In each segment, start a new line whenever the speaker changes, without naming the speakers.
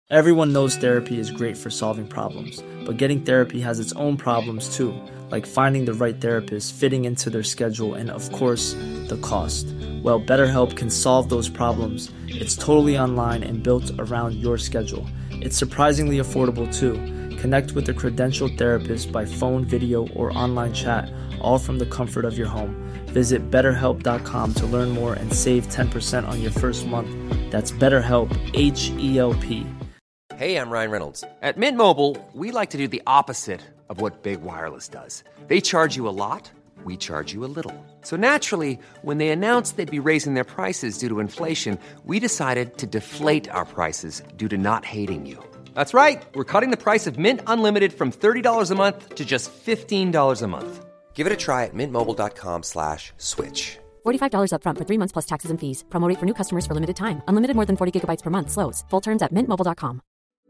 Everyone knows therapy is great for solving problems, but getting therapy has its own problems too, like finding the right therapist, fitting into their schedule, and of course, the cost. Well, BetterHelp can solve those problems. It's totally online and built around your schedule. It's surprisingly affordable too. Connect with a credentialed therapist by phone, video, or online chat, all from the comfort of your home. Visit BetterHelp.com to learn more and save 10% on your first month. That's BetterHelp, H-E-L-P.
Hey, I'm Ryan Reynolds. At Mint Mobile, we like to do the opposite of what Big Wireless does. They charge you a lot, we charge you a little. So naturally, when they announced they'd be raising their prices due to inflation, we decided to deflate our prices due to not hating you. That's right. We're cutting the price of Mint Unlimited from $30 a month to just $15 a month. Give it a try at mintmobile.com/switch.
$45 up front for 3 months plus taxes and fees. Promo rate for new customers for limited time. Unlimited more than 40 gigabytes per month slows. Full terms at mintmobile.com.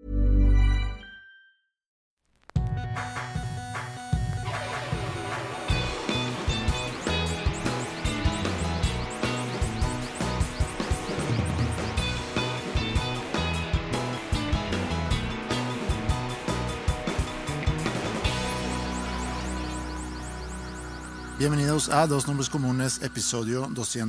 Bienvenidos a Dos Nombres Comunes, episodio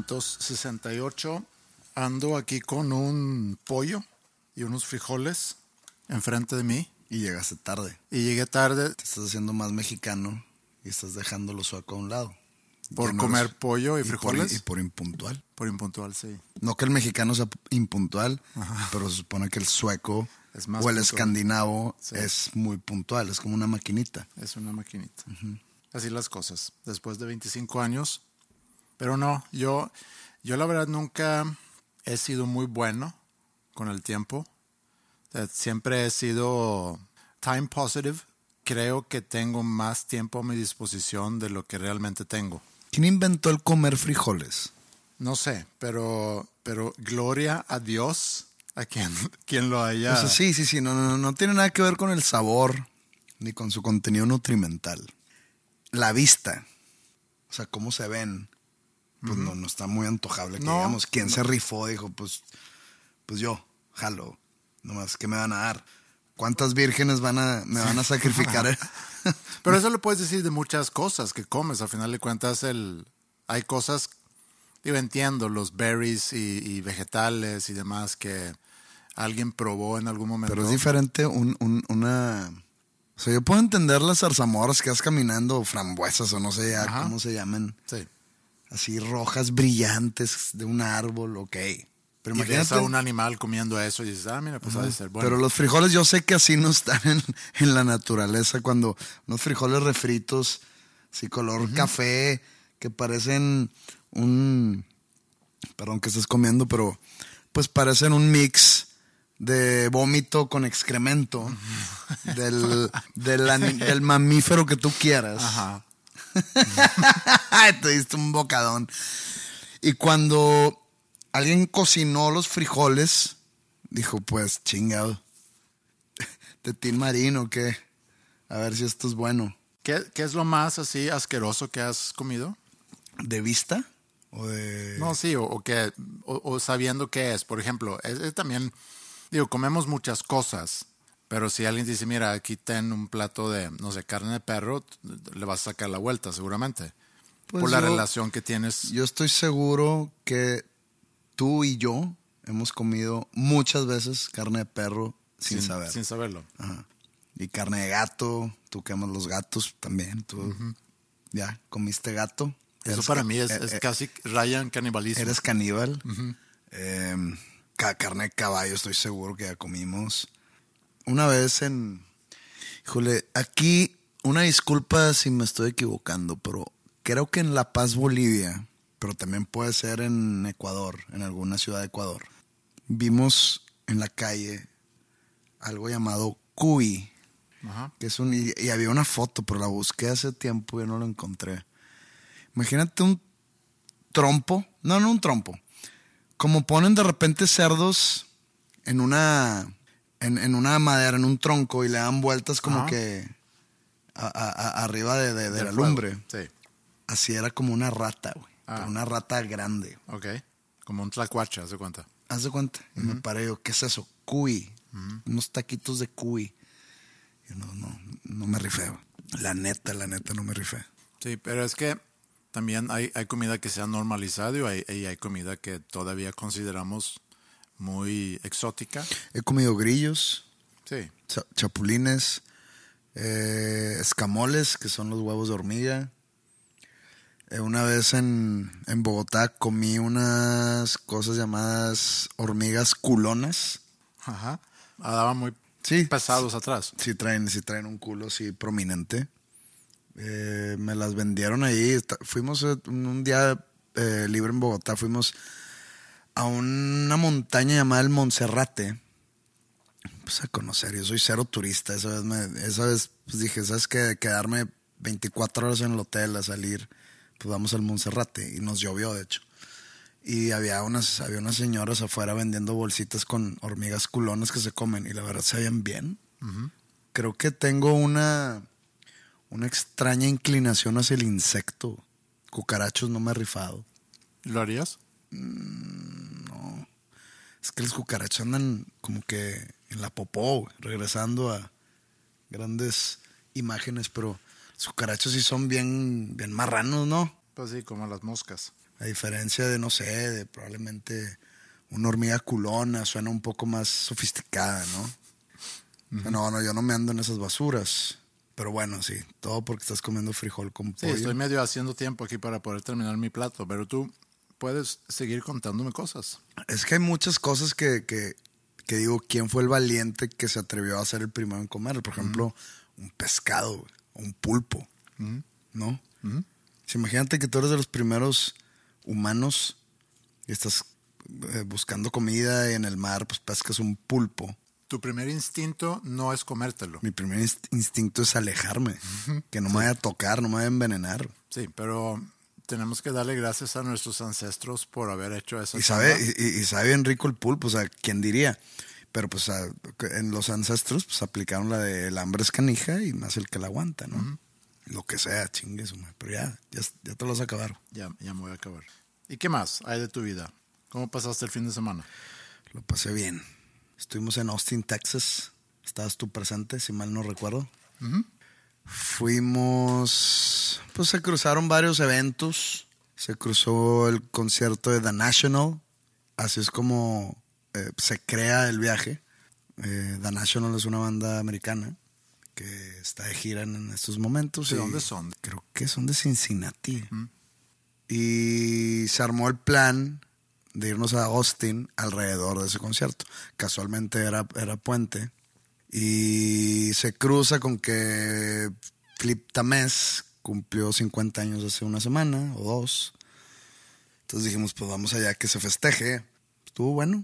268. Ando aquí con un pollo y unos frijoles enfrente de mí.
Y llegaste tarde.
Y llegué tarde.
Te estás haciendo más mexicano y estás dejando lo sueco a un lado.
¿Por comer pollo y frijoles?
Y por impuntual.
Por impuntual, sí.
No que el mexicano sea impuntual,
Ajá.
pero se supone que el sueco
Es más
o el
puntual.
Escandinavo
Sí.
es muy puntual. Es como una maquinita.
Es una maquinita. Así las cosas. Después de 25 años. Pero no, yo la verdad nunca he sido muy bueno con el tiempo. O sea, siempre he sido time positive. Creo que tengo más tiempo a mi disposición de lo que realmente tengo.
¿Quién inventó el comer frijoles?
No sé, pero gloria a Dios, a quien lo haya.
O sea, sí. No tiene nada que ver con el sabor ni con su contenido nutrimental. La vista, o sea, cómo se ven, pues no está muy antojable. Que digamos, ¿quién se rifó? Dijo, pues yo, jalo, nomás, ¿qué me van a dar? ¿Cuántas vírgenes me van a sacrificar?
Pero eso lo puedes decir de muchas cosas que comes. Al final de cuentas, hay cosas, yo entiendo, los berries y vegetales y demás que alguien probó en algún momento.
Pero es diferente una... O sea, yo puedo entender las zarzamoras que vas caminando, o frambuesas, o no sé ya cómo se llaman.
Sí.
Así rojas, brillantes de un árbol, ok. Pero
Y ves
imagínate
a un animal comiendo eso y dices, mira, pues ha de ser bueno.
Pero los frijoles yo sé que así no están en la naturaleza. Cuando unos frijoles refritos, así color café, que parecen perdón que estés comiendo, pero pues parecen un mix de vómito con excremento del mamífero que tú quieras.
Ajá.
Te diste un bocadón. Y cuando alguien cocinó los frijoles, dijo, pues, chingado, tetín marino, ¿qué? A ver si esto es bueno.
¿Qué es lo más así asqueroso que has comido?
¿De vista? ¿O de...?
No, sí, o sabiendo qué es. Por ejemplo, es también, digo, comemos muchas cosas, pero si alguien dice, mira, aquí ten un plato de, no sé, carne de perro, le vas a sacar la vuelta seguramente.
Pues
por la relación que tienes.
Yo estoy seguro que tú y yo hemos comido muchas veces carne de perro sin saber.
Sin saberlo.
Ajá. Y carne de gato, tú que amas los gatos también. Tú ya comiste gato.
Eso para mí es casi raya en canibalismo.
Eres caníbal. Carne de caballo estoy seguro que ya comimos. Una vez híjole, aquí una disculpa si me estoy equivocando, pero creo que en La Paz, Bolivia, pero también puede ser en Ecuador, en alguna ciudad de Ecuador, vimos en la calle algo llamado cuy.
Ajá.
Que es y había una foto, pero la busqué hace tiempo y no lo encontré. Imagínate un trompo. No un trompo. Como ponen de repente cerdos en una madera, en un tronco, y le dan vueltas como que arriba de la lumbre.
Sí.
Así era como una rata, güey. Pero una rata grande.
Ok. Como un tlacuache, haz de cuenta.
Haz de cuenta. Y me paré yo, ¿qué es eso? Cuy. Unos taquitos de cuy. Y no me rifé. La neta, no me rifé.
Sí, pero es que también hay comida que se ha normalizado y hay comida que todavía consideramos muy exótica.
He comido grillos,
Sí.
chapulines, escamoles, que son los huevos de hormiga. Una vez en Bogotá comí unas cosas llamadas hormigas culonas.
Ajá. Daban muy
Sí.
pesados atrás.
Sí traen un culo así prominente. Me las vendieron ahí. Fuimos un día libre en Bogotá. Fuimos a una montaña llamada el Monserrate. Pues a conocer. Yo soy cero turista. Esa vez pues dije, ¿sabes qué? Quedarme 24 horas en el hotel a salir. Pues vamos al Monserrate. Y nos llovió, de hecho. Y había unas señoras afuera vendiendo bolsitas con hormigas culonas que se comen. Y la verdad se veían bien. Uh-huh. Creo que tengo una extraña inclinación hacia el insecto. Cucarachos no me he rifado.
¿Lo harías?
No. Es que los cucarachos andan como que en la popó, regresando a grandes imágenes, pero los cucarachos sí son bien marranos, ¿no?
Pues sí, como las moscas.
A diferencia de, no sé, de probablemente una hormiga culona, suena un poco más sofisticada, ¿no? Uh-huh. No, yo no me ando en esas basuras. Pero bueno, sí, todo porque estás comiendo frijol con pollo.
Sí, estoy medio haciendo tiempo aquí para poder terminar mi plato, pero tú puedes seguir contándome cosas.
Es que hay muchas cosas que digo, ¿quién fue el valiente que se atrevió a ser el primero en comer? Por ejemplo, un pescado, un pulpo, ¿no? Uh-huh. Si imagínate que tú eres de los primeros humanos y estás buscando comida y en el mar, pues pescas un pulpo.
Tu primer instinto no es comértelo.
Mi primer instinto es alejarme, que no me vaya a tocar, no me vaya a envenenar.
Sí, pero tenemos que darle gracias a nuestros ancestros por haber hecho eso.
Y sabe bien rico el pulpo, o sea, ¿quién diría? Pero pues en los ancestros pues aplicaron la de el hambre es canija y más el que la aguanta, ¿no? Uh-huh. Lo que sea, chingue su madre. Pero ya te lo vas a acabar.
Ya me voy a acabar. ¿Y qué más hay de tu vida? ¿Cómo pasaste el fin de semana?
Lo pasé bien. Estuvimos en Austin, Texas. Estabas tú presente, si mal no recuerdo. Uh-huh. Fuimos... Pues se cruzaron varios eventos. Se cruzó el concierto de The National. Así es como se crea el viaje. The National es una banda americana que está de gira en estos momentos.
¿De dónde son?
Creo que son de Cincinnati. Uh-huh. Y se armó el plan de irnos a Austin alrededor de ese concierto. Casualmente era puente. Y se cruza con que Flip Tamés cumplió 50 años hace una semana o dos. Entonces dijimos, pues vamos allá que se festeje. Estuvo bueno.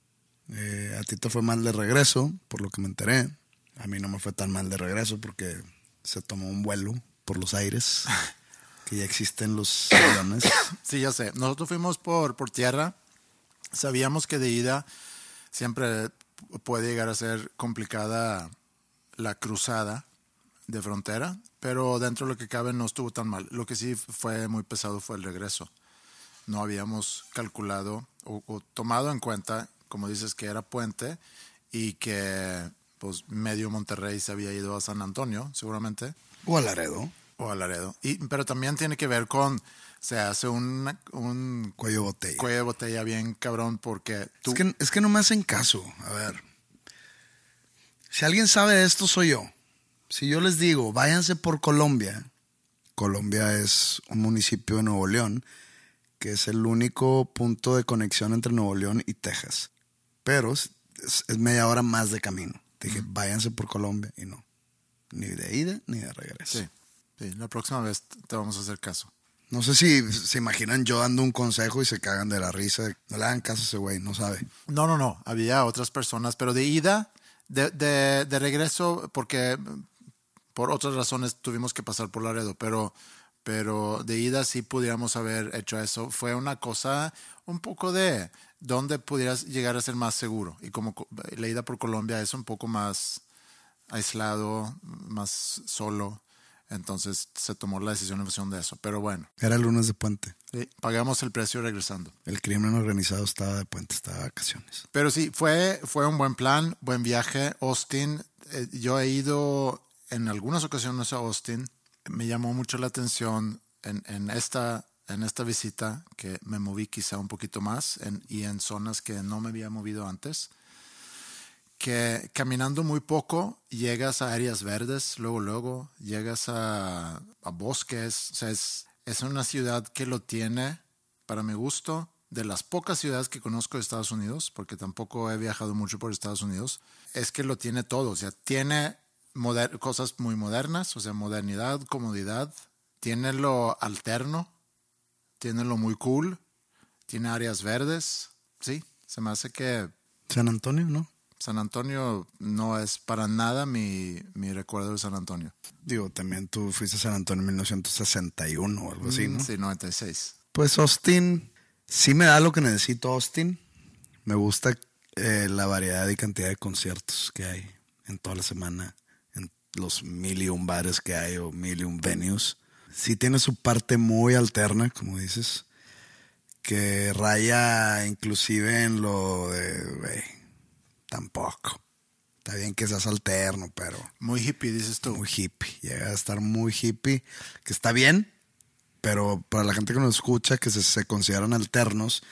A ti te fue mal de regreso, por lo que me enteré. A mí no me fue tan mal de regreso porque se tomó un vuelo por los aires. Que ya existen los aviones.
Sí, ya sé. Nosotros fuimos por tierra. Sabíamos que de ida siempre puede llegar a ser complicada la cruzada de frontera, pero dentro de lo que cabe no estuvo tan mal. Lo que sí fue muy pesado fue el regreso. No habíamos calculado o tomado en cuenta, como dices, que era puente y que pues medio Monterrey se había ido a San Antonio, seguramente.
O a Laredo.
Pero también tiene que ver con, se hace un
cuello de botella.
Cuello de botella bien cabrón porque tú...
Es que no me hacen caso. A ver. Si alguien sabe esto, soy yo. Si yo les digo, váyanse por Colombia. Colombia es un municipio de Nuevo León que es el único punto de conexión entre Nuevo León y Texas. Pero es media hora más de camino. Te dije, váyanse por Colombia y no. Ni de ida ni de regreso.
Sí. Sí, la próxima vez te vamos a hacer caso.
No sé si se imaginan yo dando un consejo y se cagan de la risa. No le hagan caso a ese güey, no sabe.
No. Había otras personas, pero de ida, de regreso, porque por otras razones tuvimos que pasar por Laredo, pero de ida sí pudiéramos haber hecho eso. Fue una cosa un poco de dónde pudieras llegar a ser más seguro. Y como la ida por Colombia es un poco más aislado, más solo. Entonces se tomó la decisión en función de eso. Pero bueno,
Era el lunes de puente.
sí, pagamos el precio regresando.
El crimen organizado estaba de puente, estaba de vacaciones.
Pero sí, fue un buen plan, buen viaje. Austin, yo he ido en algunas ocasiones a Austin. Me llamó mucho la atención en esta visita que me moví quizá un poquito más y en zonas que no me había movido antes. Que caminando muy poco llegas a áreas verdes, luego llegas a bosques. O sea, es una ciudad que lo tiene, para mi gusto, de las pocas ciudades que conozco de Estados Unidos, porque tampoco he viajado mucho por Estados Unidos, es que lo tiene todo. O sea, tiene cosas muy modernas, o sea, modernidad, comodidad, tiene lo alterno, tiene lo muy cool, tiene áreas verdes. Sí, se me hace que
San Antonio, ¿no?
San Antonio no es para nada mi recuerdo de San Antonio.
Digo, también tú fuiste a San Antonio en 1961 o algo así, ¿no?
Sí, 96.
Pues Austin, sí me da lo que necesito Austin. Me gusta la variedad y cantidad de conciertos que hay en toda la semana, en los 1,001 bares que hay o 1,001 venues. Sí tiene su parte muy alterna, como dices, que raya inclusive en lo de... Tampoco. Está bien que seas alterno, pero...
Muy hippie, dices tú.
Muy hippie. Llega a estar muy hippie. Que está bien, pero para la gente que nos escucha, que se consideran alternos,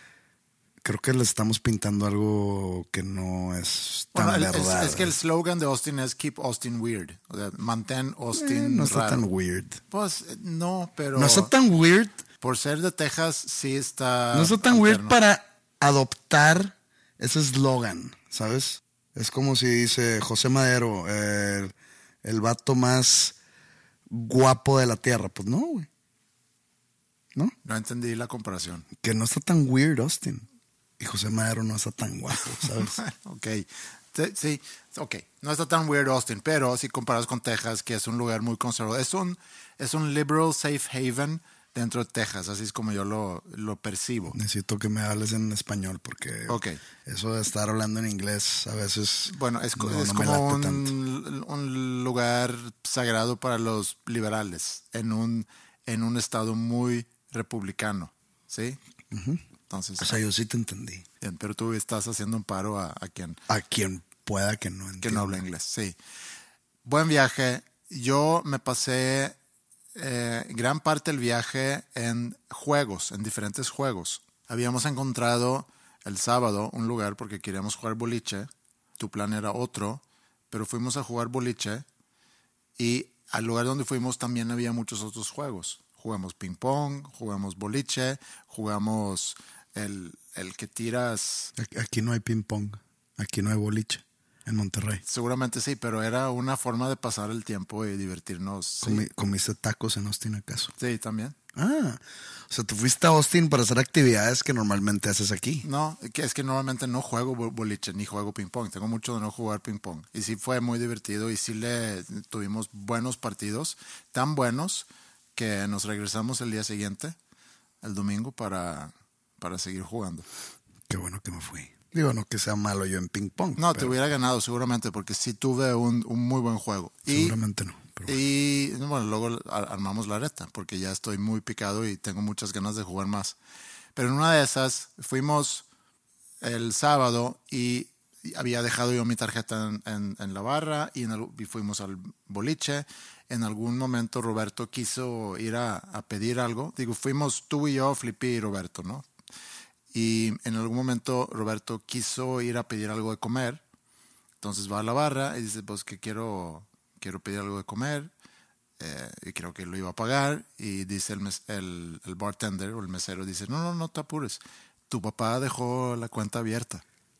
creo que les estamos pintando algo que no es tan verdad.
Es que el slogan de Austin es Keep Austin Weird. O sea, mantén Austin
no está
raro.
tan weird.
Pues no, pero...
No está tan weird.
Por ser de Texas, sí está...
No está tan
alterno.
weird para adoptar ese eslogan, ¿sabes? Es como si dice José Madero, el vato más guapo de la tierra. Pues no, güey. ¿No?
No entendí la comparación.
Que no está tan weird Austin. Y José Madero no está tan guapo, ¿sabes?
Ok. Sí, ok. No está tan weird Austin, pero si comparas con Texas, que es un lugar muy conservador. Es un liberal safe haven dentro de Texas, así es como yo lo percibo.
Necesito que me hables en español porque
Okay.
Eso de estar hablando en inglés a veces
Bueno, es
no
como
me late tanto.
un lugar sagrado para los liberales en un estado muy republicano, ¿sí?
Uh-huh.
Entonces,
O sea, yo sí te entendí.
bien, pero tú estás haciendo un paro a
quien pueda que no entienda.
que no habla inglés, sí. Buen viaje. Yo me pasé gran parte del viaje en diferentes juegos. Habíamos encontrado el sábado un lugar porque queríamos jugar boliche. Tu plan era otro, pero fuimos a jugar boliche y al lugar donde fuimos también había muchos otros juegos. Jugamos ping pong, jugamos boliche, jugamos el que tiras.
Aquí no hay ping pong, aquí no hay boliche. En Monterrey.
Seguramente sí, pero era una forma de pasar el tiempo y divertirnos. Sí,
¿Comiste tacos en Austin acaso?
sí, también.
Ah, o sea, tú fuiste a Austin para hacer actividades que normalmente haces aquí.
No, es que normalmente no juego boliche ni juego ping pong. Tengo mucho de no jugar ping pong. Y sí fue muy divertido y sí tuvimos buenos partidos, tan buenos que nos regresamos el día siguiente, el domingo, para seguir jugando.
Qué bueno que me fui. Digo, no que sea malo yo en ping pong.
No, te hubiera ganado seguramente porque sí tuve un muy buen juego.
Seguramente no. Pero bueno.
Y bueno, luego armamos la reta porque ya estoy muy picado y tengo muchas ganas de jugar más. Pero en una de esas fuimos el sábado y había dejado yo mi tarjeta en la barra y fuimos al boliche. En algún momento Roberto quiso ir a pedir algo. Digo, fuimos tú y yo, Flippy y Roberto, ¿no? Y en algún momento Roberto quiso ir a pedir algo de comer. Entonces va a la barra y dice, pues que quiero pedir algo de comer. Y creo que lo iba a pagar. Y dice el bartender o el mesero, dice, no te apures. Tu papá dejó la cuenta abierta.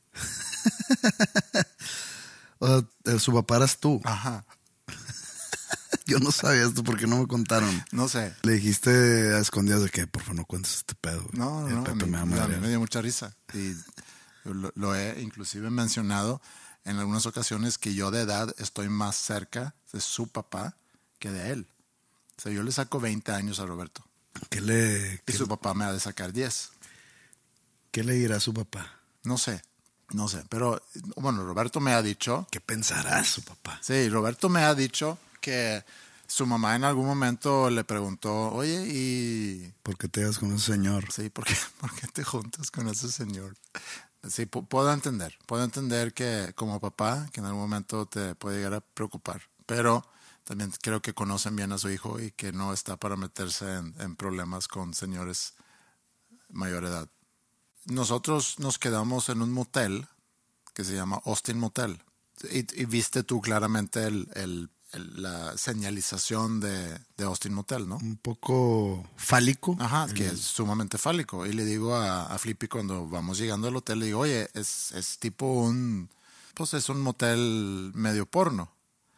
O sea, su papá eras tú.
Ajá.
Yo no sabía esto porque no me contaron.
No sé.
Le dijiste a escondidas de que por favor no cuentes este pedo.
No,
El Pepe me va a
a mí
madrear.
me dio mucha risa. Y lo he inclusive mencionado en algunas ocasiones que yo de edad estoy más cerca de su papá que de él. O sea, yo le saco 20 años a Roberto. Y su papá me ha de sacar 10.
¿Qué le dirá a su papá?
No sé. Pero bueno, Roberto me ha dicho.
¿Qué pensará su papá?
Sí, Roberto me ha dicho que Su mamá en algún momento le preguntó, oye, ¿y
¿Por qué te vas con ese señor?
sí, por qué te juntas con ese señor? Sí, puedo entender que como papá, que en algún momento te puede llegar a preocupar, pero también creo que conocen bien a su hijo y que no está para meterse en problemas con señores mayor edad. Nosotros nos quedamos en un motel que se llama Austin Motel. Y viste tú claramente la señalización de Austin Motel, ¿no?
Un poco fálico.
Ajá, que es sumamente fálico. Y le digo a Flippy cuando vamos llegando al hotel, le digo, oye, es tipo pues es un motel medio porno.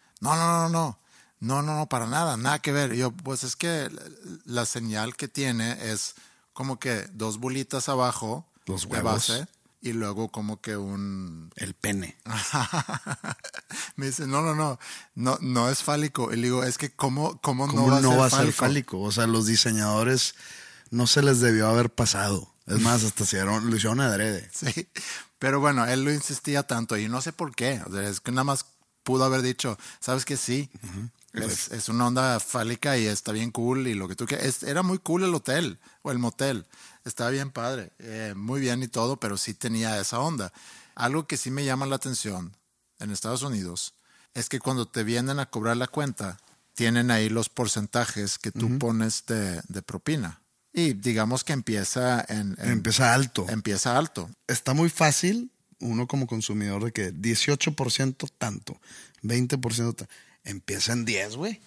No, para nada que ver. Yo, pues es que la señal que tiene es como que dos bolitas abajo
Los
de
huevos.
base y luego como que
El pene.
Me dice, no es fálico. Y le digo, es que ¿cómo
¿Cómo no va a ser fálico? O sea, los diseñadores no se les debió haber pasado. Es más, hasta lo hicieron adrede.
Sí, pero bueno, él lo insistía tanto y no sé por qué. O sea, es que nada más pudo haber dicho, ¿sabes qué? Sí, es una onda fálica y está bien cool y lo que tú quieras. Era muy cool el hotel o el motel. Estaba bien padre, muy bien y todo, pero sí tenía esa onda. Algo que sí me llama la atención en Estados Unidos es que cuando te vienen a cobrar la cuenta, tienen ahí los porcentajes que tú pones de propina. Y digamos que empieza
Empieza alto.
Empieza alto.
Está muy fácil, uno como consumidor, de que 18% tanto, 20% tanto. Empieza en 10, güey.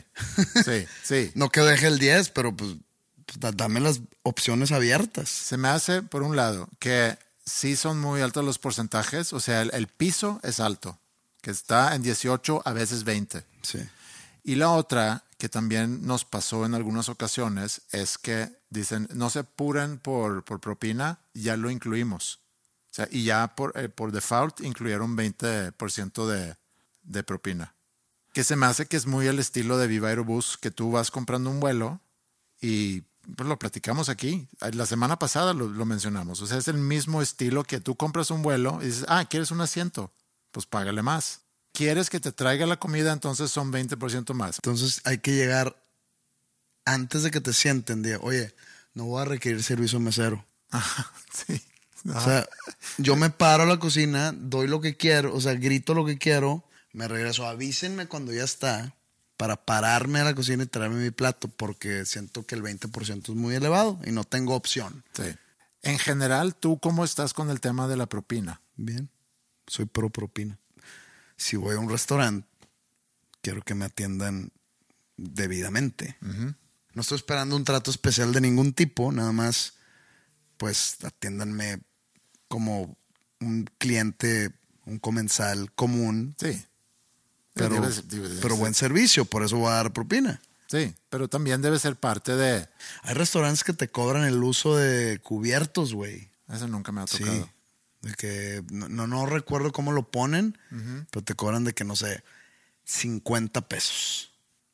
Sí.
No que deje el 10, pero pues dame las opciones abiertas.
Se me hace, por un lado, que sí son muy altos los porcentajes. O sea, el piso es alto, que está en 18, a veces 20.
Sí.
Y la otra, que también nos pasó en algunas ocasiones, es que dicen, no se apuren por propina, ya lo incluimos. O sea, y ya por default incluyeron 20% de propina. Que se me hace que es muy el estilo de Viva Aerobús, que tú vas comprando un vuelo y pues lo platicamos aquí. La semana pasada lo mencionamos. O sea, es el mismo estilo que tú compras un vuelo y dices, ¿quieres un asiento? Pues págale más. ¿Quieres que te traiga la comida? Entonces son 20% más.
Entonces hay que llegar antes de que te sienten. De, oye, no voy a requerir servicio mesero.
Sí.
O sea, yo me paro a la cocina, doy lo que quiero, o sea, grito lo que quiero, me regreso. Avísenme cuando ya está para pararme a la cocina y traerme mi plato, porque siento que el 20% es muy elevado y no tengo opción.
Sí. En general, ¿tú cómo estás con el tema de la propina?
Bien, soy pro propina. Si voy a un restaurante, quiero que me atiendan debidamente. No estoy esperando un trato especial de ningún tipo, nada más, pues, atiéndanme como un cliente, un comensal común.
Sí.
Pero, pero buen servicio, por eso voy a dar propina.
Sí, pero también debe ser parte de...
Hay restaurantes que te cobran el uso de cubiertos, güey.
Eso nunca me ha tocado.
Sí. De que no recuerdo cómo lo ponen, pero te cobran de que, no sé, 50 pesos.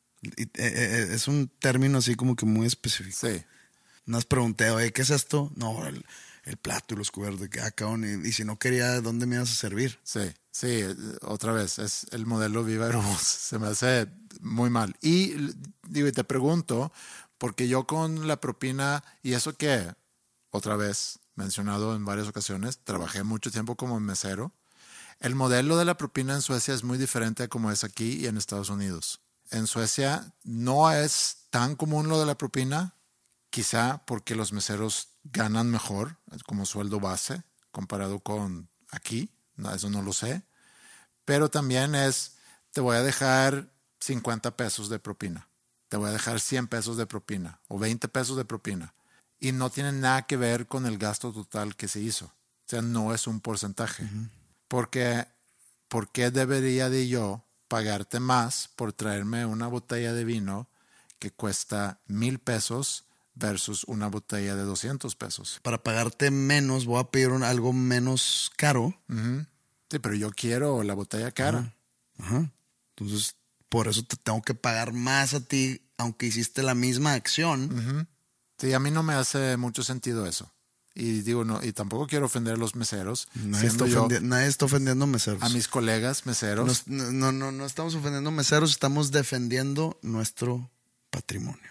Es un término así como que muy específico.
Sí.
Nos pregunté, oye, ¿qué es esto? No, el plato y los cubiertos. De que, cabrón, y si no quería, ¿dónde me ibas a servir?
Sí, otra vez, es el modelo Viva Aerobús. Se me hace muy mal. Y digo, y te pregunto, porque yo con la propina, y eso que, otra vez, mencionado en varias ocasiones, trabajé mucho tiempo como mesero. El modelo de la propina en Suecia es muy diferente a como es aquí y en Estados Unidos. En Suecia no es tan común lo de la propina, quizá porque los meseros ganan mejor como sueldo base comparado con aquí. No, eso no lo sé. Pero también te voy a dejar 50 pesos de propina. Te voy a dejar 100 pesos de propina o 20 pesos de propina. Y no tiene nada que ver con el gasto total que se hizo. O sea, no es un porcentaje. Porque, ¿por qué debería de yo pagarte más por traerme una botella de vino que cuesta 1,000 pesos versus una botella de 200 pesos?
Para pagarte menos, voy a pedir algo menos caro.
Sí, pero yo quiero la botella cara.
Ajá. Entonces, por eso te tengo que pagar más a ti, aunque hiciste la misma acción.
Sí, a mí no me hace mucho sentido eso. Y digo, no, y tampoco quiero ofender a los meseros.
Nadie está ofendiendo meseros.
A mis colegas meseros.
No estamos ofendiendo meseros, estamos defendiendo nuestro patrimonio.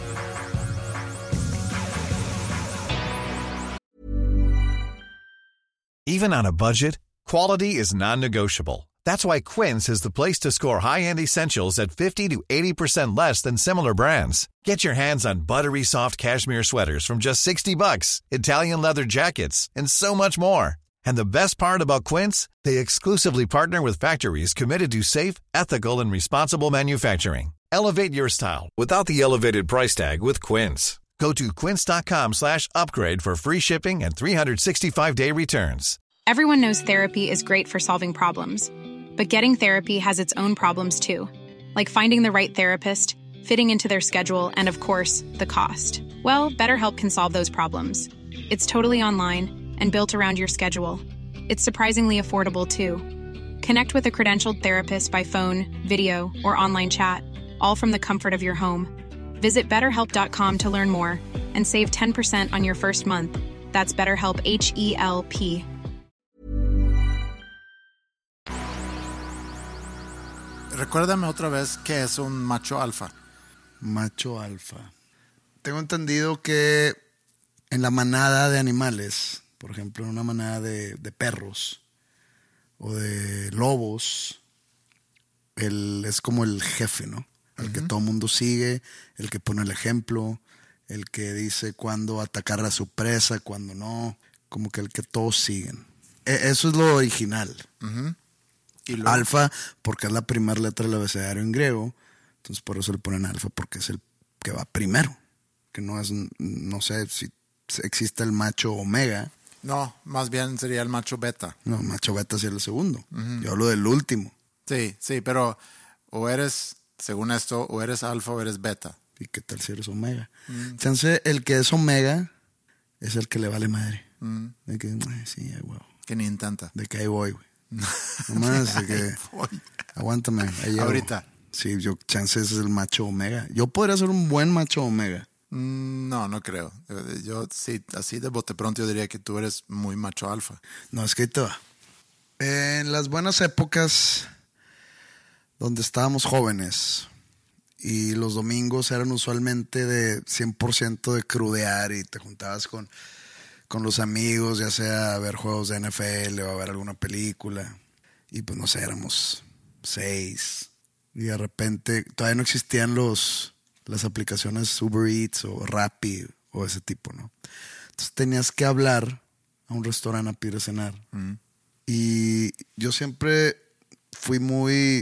Even on a budget, quality is non-negotiable. That's why Quince is the place to score high-end essentials at 50 to 80% less than similar brands. Get your hands on buttery soft cashmere sweaters from just $60, Italian leather jackets, and so much more. And the best part about Quince, they exclusively partner with factories committed to safe, ethical, and responsible manufacturing. Elevate your style without the elevated price tag with Quince. Go to quince.com/upgrade for free shipping and 365-day returns.
Everyone knows therapy is great for solving problems, but getting therapy has its own problems too, like finding the right therapist, fitting into their schedule, and of course, the cost. Well, BetterHelp can solve those problems. It's totally online and built around your schedule. It's surprisingly affordable too. Connect with a credentialed therapist by phone, video, or online chat, all from the comfort of your home. Visit BetterHelp.com to learn more and save 10% on your first month. That's BetterHelp, H-E-L-P.
Recuérdame otra vez qué es un macho alfa.
Macho alfa. Tengo entendido que en la manada de animales, por ejemplo, en una manada de perros o de lobos, él es como el jefe, ¿no? El que todo mundo sigue, el que pone el ejemplo, el que dice cuándo atacar a su presa, cuándo no, como que el que todos siguen. Eso es lo original. ¿Y luego? Alfa, porque es la primera letra del abecedario en griego, entonces por eso le ponen alfa, porque es el que va primero, que no es, no sé si existe el macho omega.
No, más bien sería el macho beta.
No, macho beta sería el segundo. Yo hablo del último.
Sí, pero o eres, según esto, o eres alfa o eres beta.
¿Y qué tal si eres omega? Chance, el que es omega es el que le vale madre. De que, sí, huevo.
Que ni intenta.
De que ahí voy, güey. Nomás de que, aguántame. Ahí
ahorita.
Sí, chance ese es el macho omega. Yo podría ser un buen macho omega.
No creo. Yo sí, así de bote pronto yo diría que tú eres muy macho alfa.
No, es que ahí te va. En las buenas épocas donde estábamos jóvenes y los domingos eran usualmente de 100% de crudear y te juntabas con los amigos, ya sea a ver juegos de NFL o a ver alguna película, y pues no sé, éramos 6 y de repente todavía no existían las aplicaciones Uber Eats o Rappi o ese tipo, ¿no? Entonces tenías que hablar a un restaurante a pedir a cenar. Y yo siempre fui muy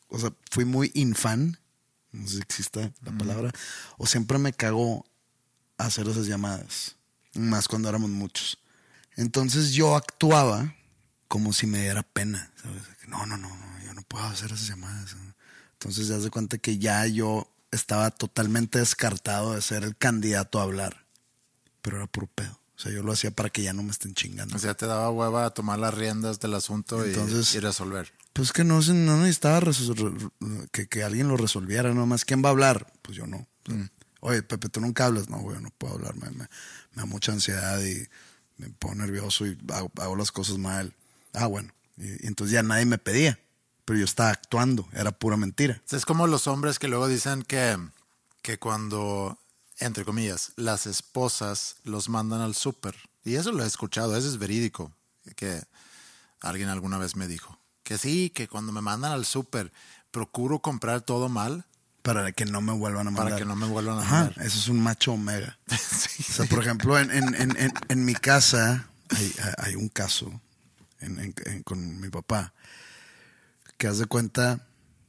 infan, no sé si exista la palabra, o siempre me cagó hacer esas llamadas, más cuando éramos muchos. Entonces yo actuaba como si me diera pena, ¿sabes? No, yo no puedo hacer esas llamadas. Entonces ya se cuenta que ya yo estaba totalmente descartado de ser el candidato a hablar, pero era puro pedo. O sea, yo lo hacía para que ya no me estén chingando.
O sea, te daba hueva a tomar las riendas del asunto. Entonces, y resolver.
Pues que no necesitaba que alguien lo resolviera, nomás. ¿Quién va a hablar? Pues yo no. Oye, Pepe, ¿tú nunca hablas? No, güey, yo no puedo hablar. Me da mucha ansiedad y me pongo nervioso y hago las cosas mal. Bueno. Y entonces ya nadie me pedía. Pero yo estaba actuando. Era pura mentira.
Es como los hombres que luego dicen que cuando, entre comillas, las esposas los mandan al súper. Y eso lo he escuchado, eso es verídico. Que alguien alguna vez me dijo. Que sí, que cuando me mandan al súper procuro comprar todo mal.
Para que no me vuelvan a mandar.
Para que no me vuelvan a mandar.
Eso es un macho omega.
Sí.
O sea, por ejemplo, en mi casa hay un caso con mi papá. Que haz de cuenta,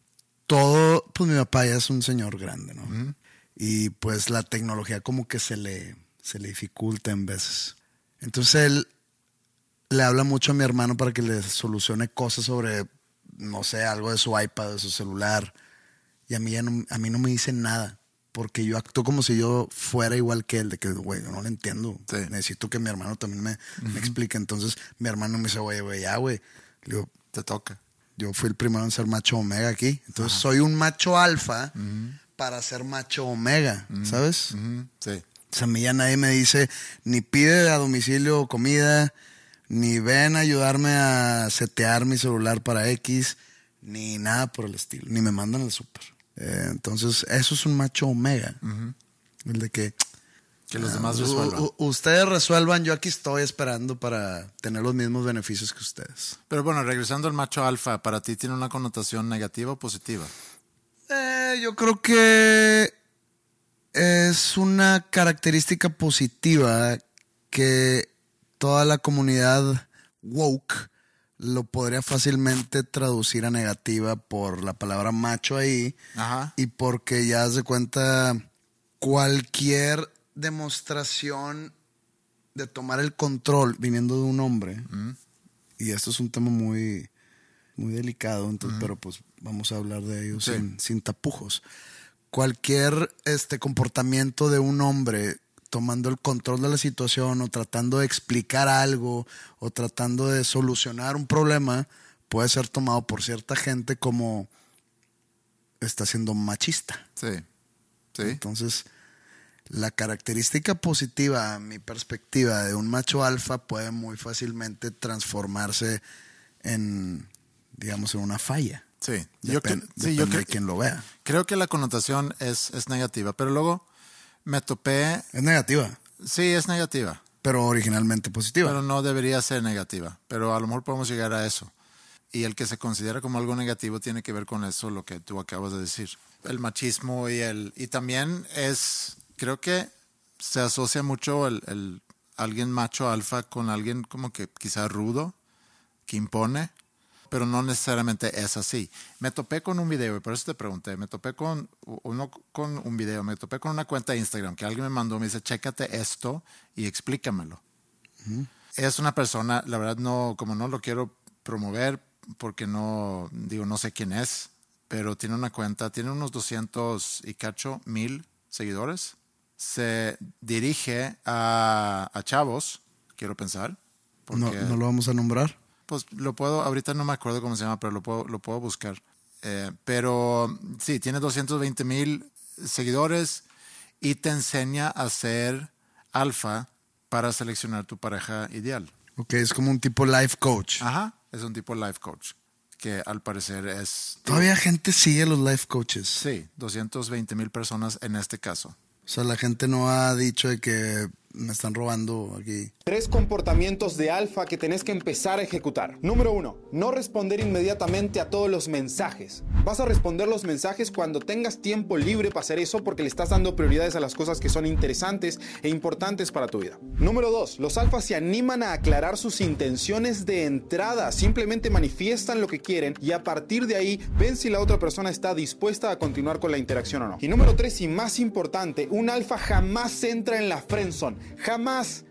pues mi papá ya es un señor grande, ¿no? Y pues la tecnología como que se le dificulta en veces. Entonces él le habla mucho a mi hermano para que le solucione cosas sobre, no sé, algo de su iPad, de su celular. Y a mí no me dice nada, porque yo actúo como si yo fuera igual que él, de que, güey, yo no lo entiendo. Sí. Necesito que mi hermano también me explique. Entonces mi hermano me dice, güey, ya, güey. Le digo,
te toca.
Yo fui el primero en ser macho omega aquí. Entonces soy un macho alfa para ser macho omega, ¿sabes?
Sí.
O sea, a mí ya nadie me dice, ni pide a domicilio comida, ni ven a ayudarme a setear mi celular para X, ni nada por el estilo, ni me mandan al súper. Entonces, eso es un macho omega. El de que
los demás resuelvan.
Ustedes resuelvan, yo aquí estoy esperando para tener los mismos beneficios que ustedes.
Pero bueno, regresando al macho alfa, ¿para ti tiene una connotación negativa o positiva?
Yo creo que es una característica positiva que toda la comunidad woke lo podría fácilmente traducir a negativa por la palabra macho ahí.
Ajá.
Y porque ya haz de cuenta cualquier demostración de tomar el control viniendo de un hombre. Y esto es un tema muy, muy delicado, entonces, pero pues vamos a hablar de ello sin tapujos. Cualquier comportamiento de un hombre tomando el control de la situación o tratando de explicar algo o tratando de solucionar un problema puede ser tomado por cierta gente como está siendo machista.
Sí.
Entonces, la característica positiva, a mi perspectiva, de un macho alfa puede muy fácilmente transformarse en, digamos, en una falla.
Sí.
Depende de quien lo vea.
Creo que la connotación es negativa, pero luego me topé...
Es negativa.
Sí, es negativa.
Pero originalmente positiva.
Pero no debería ser negativa. Pero a lo mejor podemos llegar a eso. Y el que se considera como algo negativo tiene que ver con eso, lo que tú acabas de decir. El machismo y también creo que se asocia mucho el alguien macho alfa con alguien como que quizá rudo, que impone, pero no necesariamente es así. Me topé con un video, y por eso te pregunté, me topé con una cuenta de Instagram que alguien me mandó, me dice, chécate esto y explícamelo. Es una persona, la verdad no lo quiero promover porque no sé quién es, pero tiene una cuenta, tiene unos 200 y cacho mil seguidores. Se dirige a chavos, quiero pensar.
¿No lo vamos a nombrar?
Pues lo puedo, ahorita no me acuerdo cómo se llama, pero lo puedo buscar. Pero sí, tiene 220,000 seguidores y te enseña a ser alfa para seleccionar tu pareja ideal.
Ok, es como un tipo life coach.
Ajá, es un tipo life coach, que al parecer es...
¿Todavía gente sigue los life coaches?
Sí, 220,000 personas en este caso.
O sea, la gente no ha dicho de que me están robando aquí.
3 comportamientos de alfa que tenés que empezar a ejecutar. Número 1, no responder inmediatamente a todos los mensajes. Vas a responder los mensajes cuando tengas tiempo libre para hacer eso, porque le estás dando prioridades a las cosas que son interesantes e importantes para tu vida. Número 2, los alfas se animan a aclarar sus intenciones de entrada. Simplemente manifiestan lo que quieren y a partir de ahí ven si la otra persona está dispuesta a continuar con la interacción o no. Y número 3, y más importante, un alfa jamás entra en la friendzone. Jamás.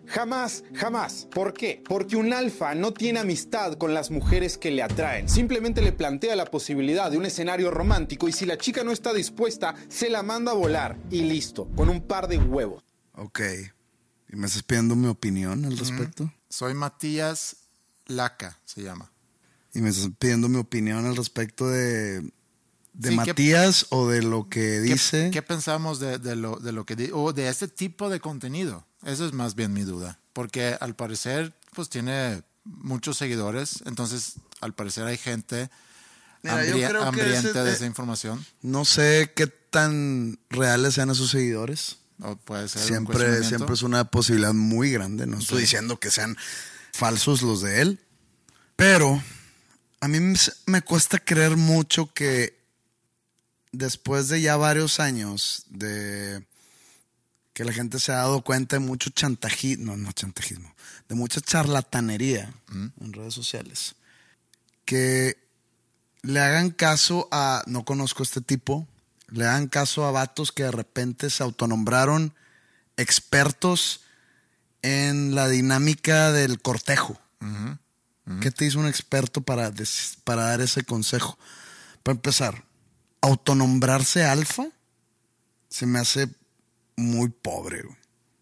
¿Por qué? Porque un alfa no tiene amistad con las mujeres que le atraen. Simplemente le plantea la posibilidad de un escenario romántico y si la chica no está dispuesta, se la manda a volar y listo, con un par de huevos.
Ok. ¿Y me estás pidiendo mi opinión al respecto?
Soy Matías Laca, se llama.
¿Y me estás pidiendo mi opinión al respecto de
sí,
Matías o de lo que dice?
¿Qué pensamos de lo que dice o de este tipo de contenido? Eso es más bien mi duda, porque al parecer pues tiene muchos seguidores, entonces al parecer hay gente hambrienta de esa información.
No sé qué tan reales sean esos seguidores.
O puede ser
siempre es una posibilidad muy grande. No estoy diciendo que sean falsos los de él, pero a mí me cuesta creer mucho que después de ya varios años de que la gente se ha dado cuenta de mucho chantajismo, de mucha charlatanería en redes sociales, que le hagan caso a, no conozco a este tipo, le hagan caso a vatos que de repente se autonombraron expertos en la dinámica del cortejo. ¿Qué te hizo un experto para dar ese consejo? Para empezar, autonombrarse alfa se me hace muy pobre, güey.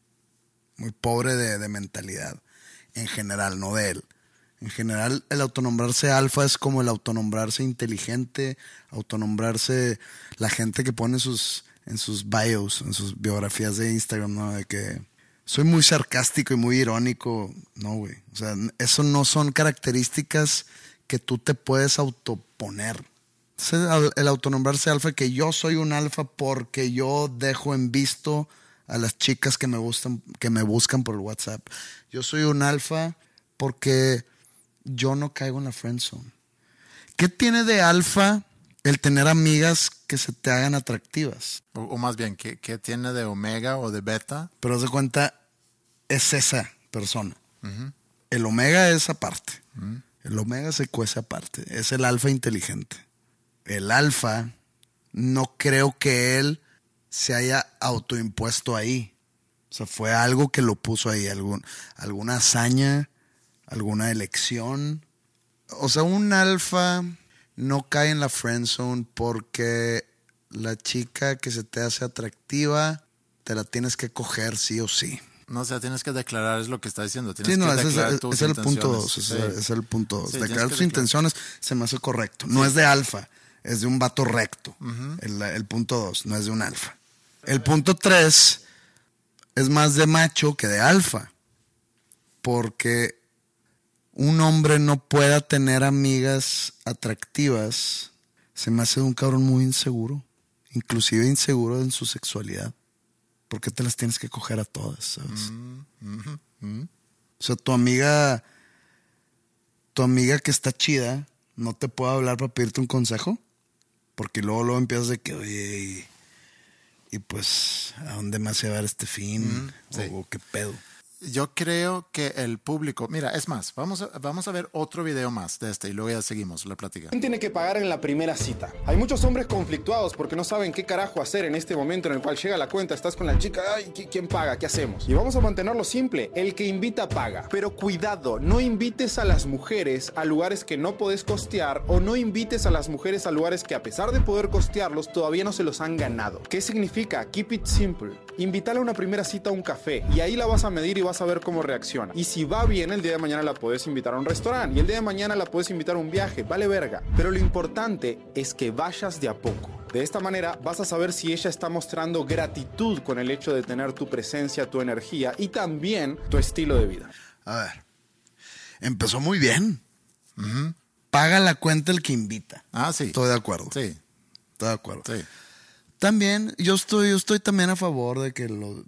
Muy pobre de mentalidad. En general, no de él. En general, el autonombrarse alfa es como el autonombrarse inteligente, autonombrarse la gente que pone sus en sus bios, en sus biografías de Instagram, ¿no? De que soy muy sarcástico y muy irónico. No, güey. O sea, eso no son características que tú te puedes autoponer. El autonombrarse alfa, que yo soy un alfa porque yo dejo en visto a las chicas que me buscan por el WhatsApp. Yo soy un alfa porque yo no caigo en la friendzone. ¿Qué tiene de alfa el tener amigas que se te hagan atractivas?
O más bien, ¿qué tiene de omega o de beta?
Pero haz de cuenta, es esa persona. Uh-huh. El omega es aparte. Uh-huh. El omega se cuece aparte. Es el alfa inteligente. El alfa, no creo que él se haya autoimpuesto ahí. O sea, fue algo que lo puso ahí. Alguna hazaña, alguna elección. O sea, un alfa no cae en la friendzone porque la chica que se te hace atractiva te la tienes que coger sí o sí.
No, o sea, tienes que declarar, es lo que está diciendo. Tienes
sí, no,
que declarar tus
es el punto 2.
Sí.
Es el punto 2.
Sí,
declarar tus intenciones se me hace correcto. No es de alfa, es de un vato recto.
Uh-huh.
El punto 2, no es de un alfa. El punto 3 es más de macho que de alfa. Porque un hombre no pueda tener amigas atractivas se me hace de un cabrón muy inseguro. Inclusive inseguro en su sexualidad. ¿Por qué te las tienes que coger a todas, sabes? O sea, tu amiga que está chida no te puede hablar para pedirte un consejo. Porque luego empiezas de que, oye, y pues, ¿a dónde más se va a dar este fin?
Sí.
O qué pedo.
Yo creo que el público... Mira, es más, vamos a ver otro video más de este y luego ya seguimos la plática.
¿Quién tiene que pagar en la primera cita? Hay muchos hombres conflictuados porque no saben qué carajo hacer en este momento en el cual llega la cuenta, estás con la chica, ay, ¿quién paga? ¿Qué hacemos? Y vamos a mantenerlo simple, el que invita paga. Pero cuidado, no invites a las mujeres a lugares que no podés costear o no invites a las mujeres a lugares que a pesar de poder costearlos todavía no se los han ganado. ¿Qué significa? Keep it simple. Invítala a una primera cita a un café y ahí la vas a medir y vas a ver cómo reacciona. Y si va bien, el día de mañana la puedes invitar a un restaurante y el día de mañana la puedes invitar a un viaje, vale verga. Pero lo importante es que vayas de a poco. De esta manera vas a saber si ella está mostrando gratitud con el hecho de tener tu presencia, tu energía y también tu estilo de vida.
A ver, empezó muy bien.
Uh-huh.
Paga la cuenta el que invita.
Ah, sí.
Estoy de acuerdo.
Sí.
Estoy de acuerdo.
Sí.
También, yo estoy también a favor de que los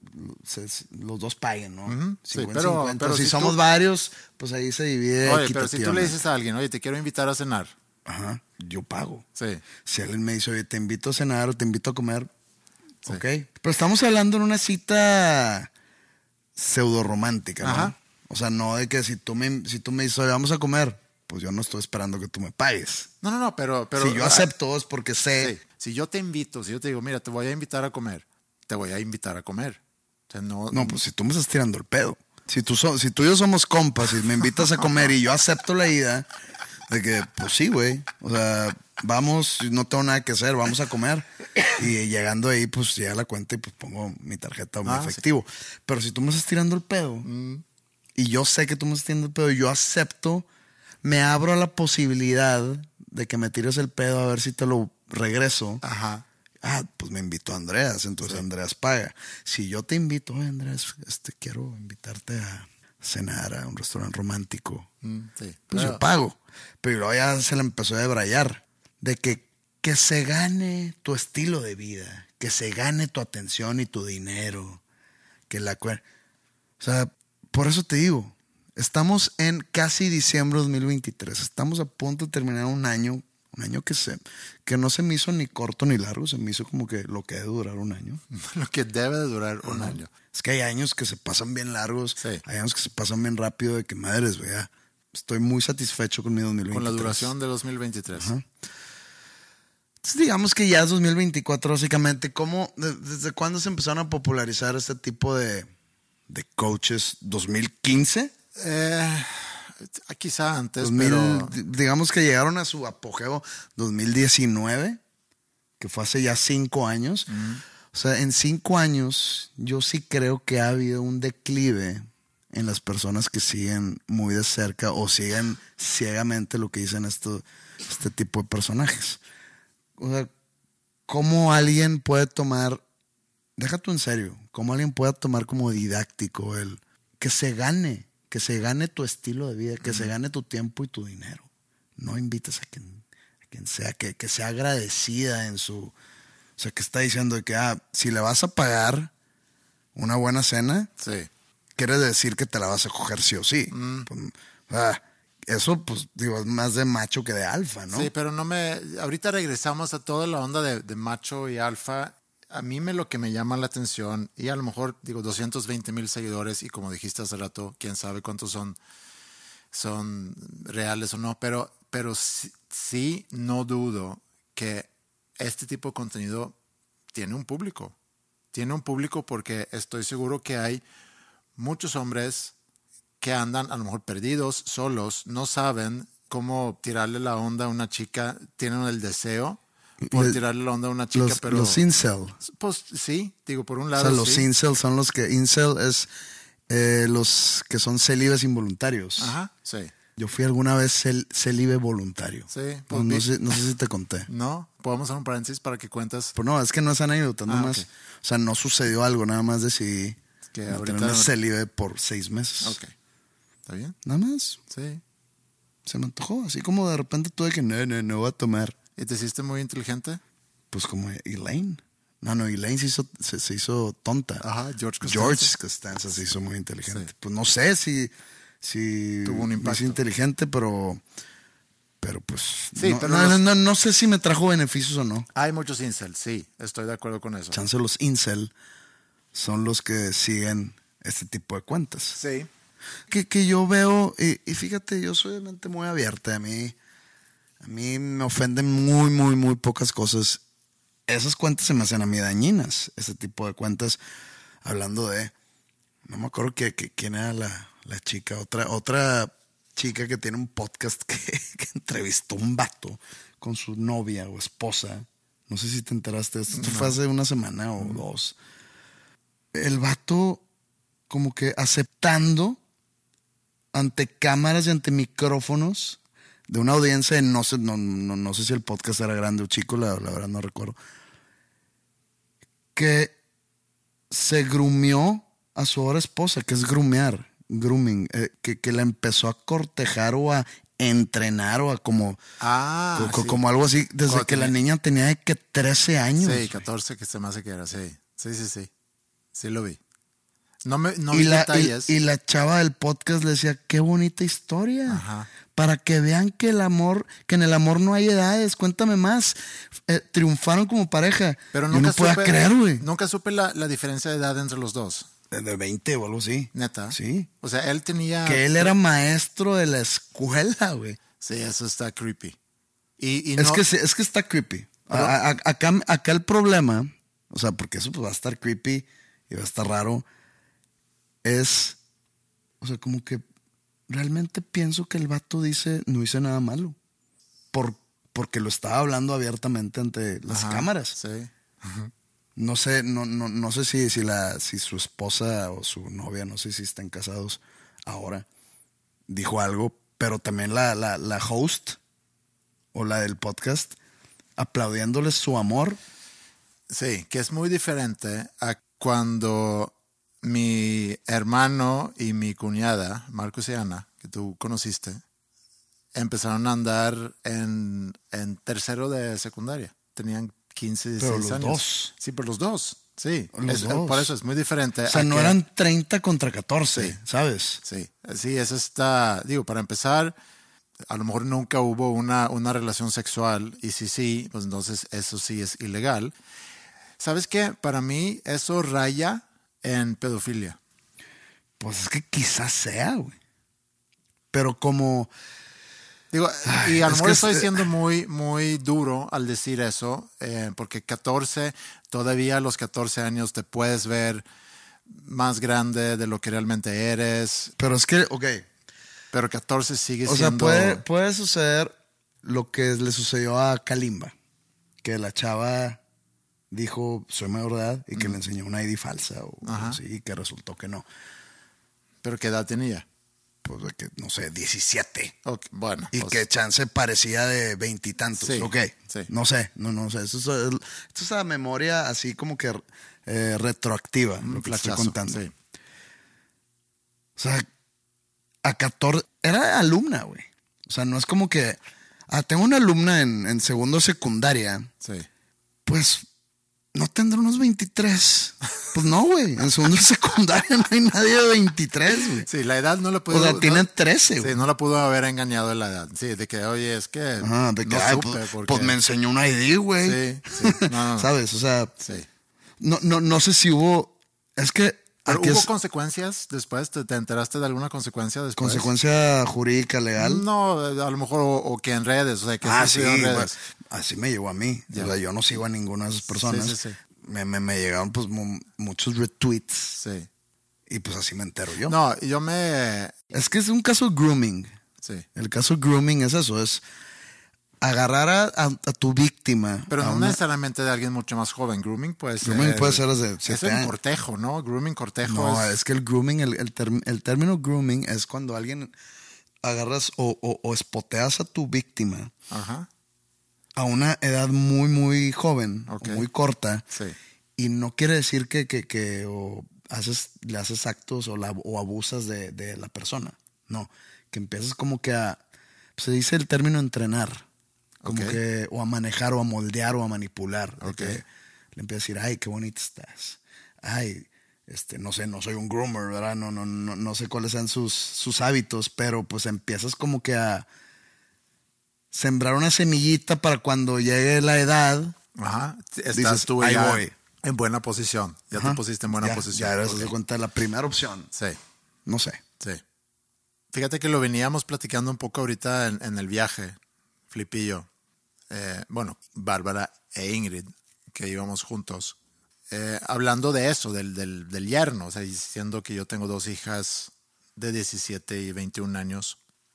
dos paguen, ¿no?
Uh-huh. Sí,
50,
pero
50.
si
somos varios, pues ahí se divide.
Oye, pero si tú le dices a alguien, oye, te quiero invitar a cenar.
Ajá, yo pago.
Sí.
Si alguien me dice, oye, te invito a cenar o te invito a comer,
sí.
Ok. Pero estamos hablando en una cita pseudo romántica, ¿no?
Ajá.
O sea, no de que si tú me dices, oye, vamos a comer, pues yo no estoy esperando que tú me pagues.
No, pero
si yo acepto es porque sé...
Sí. Si yo te invito, si yo te digo, mira, te voy a invitar a comer, te voy a invitar a comer. O sea, no,
pues si tú me estás tirando el pedo. Si tú y yo somos compas y me invitas a comer y yo acepto la ida, de que, pues sí, güey. O sea, vamos, no tengo nada que hacer, vamos a comer. Y llegando ahí, pues llega la cuenta y pues pongo mi tarjeta o mi efectivo. Sí. Pero si tú me estás tirando el pedo y yo sé que tú me estás tirando el pedo y yo acepto, me abro a la posibilidad de que me tires el pedo a ver si te lo regreso.
Ajá.
Pues me invitó a Andreas, entonces sí. Andreas paga. Si yo te invito, Andreas, quiero invitarte a cenar a un restaurante romántico,
sí.
Pues yo pago. Pero luego ya se le empezó a debrayar de que se gane tu estilo de vida, que se gane tu atención y tu dinero, o sea, por eso te digo, estamos en casi diciembre de 2023, estamos a punto de terminar un año que no se me hizo ni corto ni largo, se me hizo como que lo que debe durar un año.
Lo que debe de durar un año.
Es que hay años que se pasan bien largos,
sí.
Hay años que se pasan bien rápido, de que madres, vea. Estoy muy satisfecho con mi 2023.
Con la duración de 2023.
Ajá. Entonces, digamos que ya es 2024, básicamente. ¿Desde cuándo se empezaron a popularizar este tipo de coaches? ¿2015?
Quizá antes, pero...
Digamos que llegaron a su apogeo 2019, que fue hace ya 5 años. O sea, en 5 años yo sí creo que ha habido un declive en las personas que siguen muy de cerca o siguen ciegamente lo que dicen este tipo de personajes. O sea, ¿cómo alguien puede tomar deja tú en serio, cómo alguien pueda tomar como didáctico el que se gane tu estilo de vida, que se gane tu tiempo y tu dinero. No invites a quien sea, que sea agradecida en su... O sea, que está diciendo que si le vas a pagar una buena cena,
Sí.
quiere decir que te la vas a coger sí o sí. Pues, eso, pues, digo, es más de macho que de alfa, ¿no?
Sí, pero ahorita regresamos a toda la onda de macho y alfa. A mí lo que me llama la atención, y a lo mejor, digo, 220,000 seguidores, y como dijiste hace rato, quién sabe cuántos son reales o no, pero sí, no dudo que este tipo de contenido tiene un público. Tiene un público porque estoy seguro que hay muchos hombres que andan a lo mejor perdidos, solos, no saben cómo tirarle la onda a una chica, tienen el deseo por tirarle la onda a una chica, pero...
Los incel.
Pues sí, digo, por un lado.
O sea, los
sí.
incel son los que... Incel es los que son célibes involuntarios.
Ajá, sí.
Yo fui alguna vez célibe voluntario.
Sí,
pues no sé si te conté.
No, podemos hacer un paréntesis para que cuentes.
Pues no, es que no es anécdota, nada más.
Okay.
O sea, no sucedió algo, nada más decidí
que
tenerme célibe por 6 meses.
Ok. ¿Está bien?
Nada más.
Sí.
Se me antojó, así como de repente tuve que no voy a tomar.
¿Y te hiciste muy inteligente?
Pues como Elaine. No, Elaine se hizo tonta.
Ajá, George
Costanza se hizo muy inteligente. Sí. Pues no sé si
tuvo un impacto.
Me hizo inteligente, pero pues
sí,
no sé si me trajo beneficios o no.
Hay muchos incel, sí, estoy de acuerdo con eso.
Chance los incel son los que siguen este tipo de cuentas.
Sí.
Que yo veo, y fíjate, yo soy de mente muy abierta. A mí me ofenden muy, muy, muy pocas cosas. Esas cuentas se me hacen a mí dañinas. Ese tipo de cuentas, hablando de... No me acuerdo quién era la chica. Otra chica que tiene un podcast que entrevistó un vato con su novia o esposa. No sé si te enteraste de esto. Esto fue hace una semana o 2. El vato como que aceptando ante cámaras y ante micrófonos de una audiencia de no sé si el podcast era grande o chico, la verdad no recuerdo, que se grumió a su ahora esposa, que es grooming, que la empezó a cortejar o a entrenar o a como algo así, desde que la niña tenía de que 13 años.
Sí, 14 que se me hace que era, sí. Sí lo vi. No
vi
detalles.
Y la chava del podcast le decía, qué bonita historia.
Ajá.
Para que vean que en el amor no hay edades. Cuéntame más. Triunfaron como pareja.
Pero
nunca puedo creer, güey.
Nunca supe la diferencia de edad entre los dos.
De 20 o algo así.
¿Neta?
Sí.
O sea, él tenía...
Que él era maestro de la escuela, güey.
Sí, eso está creepy.
Es que está creepy. Acá el problema, o sea, porque eso pues va a estar creepy y va a estar raro, es, o sea, como que realmente pienso que el vato dice, no hice nada malo. Porque lo estaba hablando abiertamente ante las cámaras.
Sí. Uh-huh.
No sé si su esposa o su novia, no sé si están casados ahora, dijo algo, pero también la host o la del podcast aplaudiéndoles su amor.
Sí, que es muy diferente a cuando mi hermano y mi cuñada, Marcos y Ana, que tú conociste, empezaron a andar en tercero de secundaria. Tenían 15, 16
pero los
años.
Dos.
Sí, pero los dos. Sí,
los dos.
Por eso es muy diferente.
O sea, no eran 30 contra 14, sí, ¿sabes?
Sí, eso está... Digo, para empezar, a lo mejor nunca hubo una relación sexual. Y sí, pues entonces eso sí es ilegal. ¿Sabes qué? Para mí eso raya en pedofilia.
Pues es que quizás sea, güey. Pero como...
Digo, y a lo mejor estoy siendo muy, muy duro al decir eso, porque 14, todavía a los 14 años te puedes ver más grande de lo que realmente eres.
Pero es que, ok.
Pero 14 sigue
siendo...
O
sea, puede suceder lo que le sucedió a Kalimba, que la chava dijo, soy mayor de edad, y que le enseñó una ID falsa o así, y que resultó que no.
¿Pero qué edad tenía?
pues de que, no sé, 17.
Okay, bueno.
Y
pues,
que chance parecía de 20 y tantos.
Sí,
Ok.
sí.
No sé. Esto es la memoria así como que retroactiva, lo que te estoy
flachazo,
contando.
sí.
O sea, a 14... Era alumna, güey. O sea, no es como que... tengo una alumna en segundo secundaria.
Sí.
Pues no tendrá unos 23. Pues no, güey. En segundo secundaria no hay nadie de 23, güey.
Sí, la edad no la pudo...
O sea, tienen 13, güey.
Sí, no la pudo haber engañado en la edad. Sí, de que, oye, es que
Ajá, de que,
no
ay,
supe porque...
pues me enseñó un ID, güey.
Sí, sí. No.
¿Sabes? O sea,
Sí.
no sé si hubo... Es que...
¿Pero
aquí
hubo
es
consecuencias después? ¿Te enteraste de alguna consecuencia después?
consecuencia jurídica, legal.
No, a lo mejor o que en redes, o sea, que
Sí,
sucedió en redes.
pues, así me llegó a mí.
Ya.
O sea, yo no sigo a ninguna de esas personas.
Sí.
Me llegaron pues muchos retweets
Sí.
y pues así me entero yo.
No, yo me...
Es que es un caso de grooming.
Sí.
El caso de grooming es eso, es agarrar a tu víctima.
Pero
a
no
una-
necesariamente de alguien mucho más joven. Grooming puede ser...
Grooming puede ser desde
Es
7
un
años.
cortejo, ¿no? Grooming, cortejo
No, es que el grooming, el término grooming es cuando alguien agarras o espoteas a tu víctima
Ajá.
a una edad muy, muy joven,
Ok.
o muy corta,
Sí.
y no quiere decir que le haces actos o abusas de la persona. No, que empiezas como que se dice el término entrenar, como
Ok.
que, o a manejar, o a moldear, o a manipular. De
Ok.
que le empiezas a decir, ay, qué bonita estás. Ay, no sé, no soy un groomer, ¿verdad? No sé cuáles sean sus hábitos, pero pues empiezas como que a sembrar una semillita para cuando llegue la edad.
Ajá. Estás
Dices,
tú
ahí
ya
voy.
en buena posición. Ya
Ajá.
te pusiste en buena
Ya,
posición.
Ya eres
Ok.
de cuenta la primera opción.
Sí,
No sé.
sí. Fíjate que lo veníamos platicando un poco ahorita en el viaje, Flipillo. Bueno, Bárbara e Ingrid, que íbamos juntos. Hablando de eso, del yerno, o sea, diciendo que yo tengo 2 hijas de 17 y 21 años.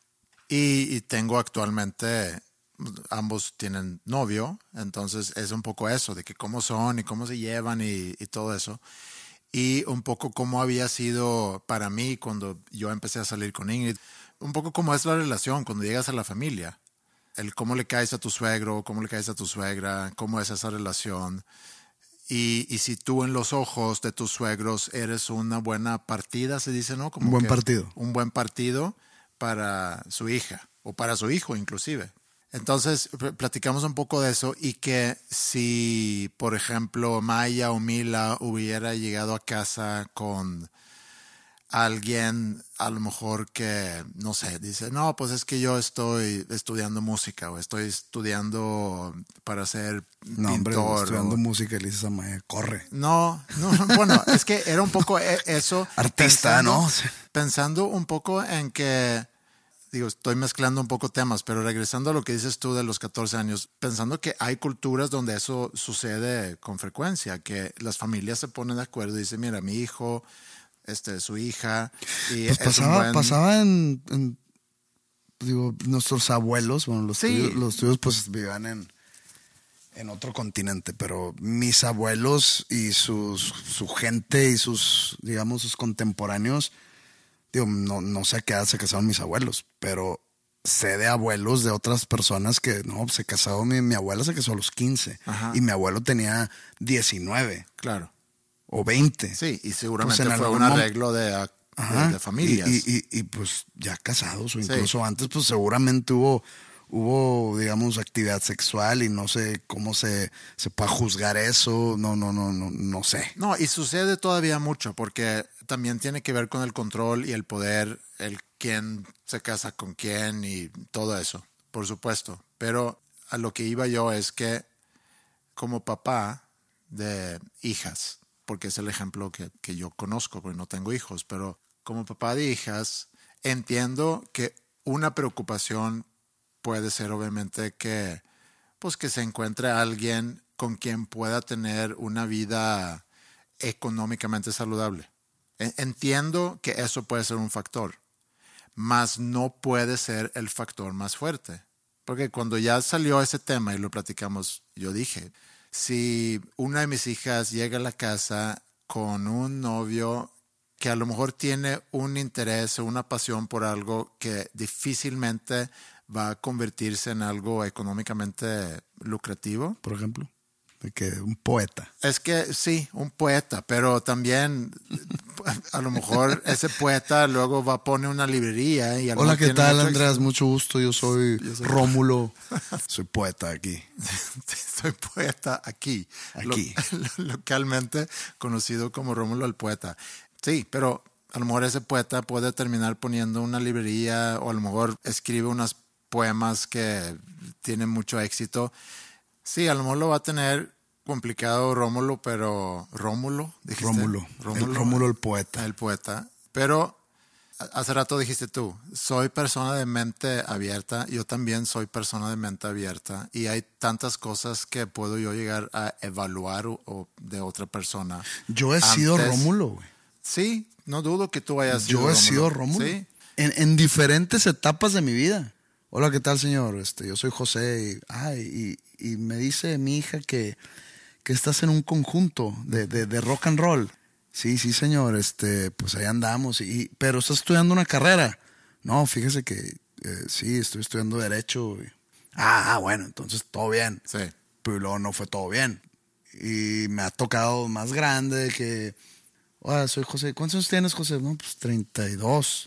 Y tengo actualmente, ambos tienen novio, entonces es un poco eso, de que cómo son y cómo se llevan y todo eso. Y un poco cómo había sido para mí cuando yo empecé a salir con Ingrid. Un poco cómo es la relación cuando llegas a la familia. El cómo le caes a tu suegro, cómo le caes a tu suegra, cómo es esa relación. Y si tú en los ojos de tus suegros eres una buena partida, se dice, ¿no? Como
Un buen
que
partido.
Un buen partido para su hija o para su hijo inclusive. Entonces platicamos un poco de eso y que si, por ejemplo, Maya o Mila hubiera llegado a casa con alguien a lo mejor que, no sé, dice, no, pues es que yo estoy estudiando música o estoy estudiando para ser
No, hombre,
pintor.
estudiando
o-
música y le dices a Maya, corre.
No, bueno, es que era un poco eso.
Artista, ¿no? Sí.
Pensando un poco en que, digo, estoy mezclando un poco temas, pero regresando a lo que dices tú de los 14 años, pensando que hay culturas donde eso sucede con frecuencia, que las familias se ponen de acuerdo y dicen, mira, mi hijo, su hija, y
Pues
es un buen...
pasaba en digo, nuestros abuelos, bueno,
Sí.
los tuyos pues vivían en otro continente, pero mis abuelos y su gente y digamos, sus contemporáneos, digo, no sé a qué edad se casaron mis abuelos, pero sé de abuelos de otras personas que, no, se casó, mi abuela se casó a los 15
Ajá.
y mi abuelo tenía 19
Claro.
o 20.
Sí, y seguramente
Pues en
fue
algún
un arreglo de familias.
Y pues ya casados o incluso antes, pues seguramente hubo, digamos, actividad sexual y no sé cómo se puede juzgar eso, no sé.
No, y sucede todavía mucho porque también tiene que ver con el control y el poder, el quién se casa con quién y todo eso, por supuesto. Pero a lo que iba yo es que como papá de hijas, porque es el ejemplo que yo conozco, porque no tengo hijos, pero como papá de hijas, entiendo que una preocupación puede ser obviamente que se encuentre alguien con quien pueda tener una vida económicamente saludable. Entiendo que eso puede ser un factor, mas no puede ser el factor más fuerte. Porque cuando ya salió ese tema y lo platicamos, yo dije, si una de mis hijas llega a la casa con un novio que a lo mejor tiene un interés o una pasión por algo que difícilmente va a convertirse en algo económicamente lucrativo.
Por ejemplo, de que un poeta.
Es que sí, un poeta, pero también a lo mejor ese poeta luego va a poner una librería. Y
hola, ¿qué tal, Andrés? Mucho gusto, yo soy Rómulo. Soy poeta aquí.
Soy poeta aquí. Localmente conocido como Rómulo el poeta. Sí, pero a lo mejor ese poeta puede terminar poniendo una librería o a lo mejor escribe unos poemas que tienen mucho éxito. Sí, a lo mejor lo va a tener complicado Rómulo, pero... ¿Rómulo? ¿Dijiste?
Rómulo el poeta.
El poeta. Pero hace rato dijiste tú, soy persona de mente abierta. Yo también soy persona de mente abierta. Y hay tantas cosas que puedo yo llegar a evaluar o de otra persona.
Yo he sido Rómulo, güey.
Sí, no dudo que tú hayas sido
Rómulo.
Yo he sido
Rómulo.
¿Sí?
En diferentes etapas de mi vida. Hola, ¿qué tal, señor? Yo soy José y me dice mi hija que estás en un conjunto de rock and roll. Sí, señor, pues ahí andamos. Pero estás estudiando una carrera. No, fíjese que sí, estoy estudiando Derecho. Bueno, entonces todo bien.
Sí.
Pero luego no fue todo bien. Y me ha tocado más grande que... Hola, soy José. ¿Cuántos años tienes, José? No, pues 32.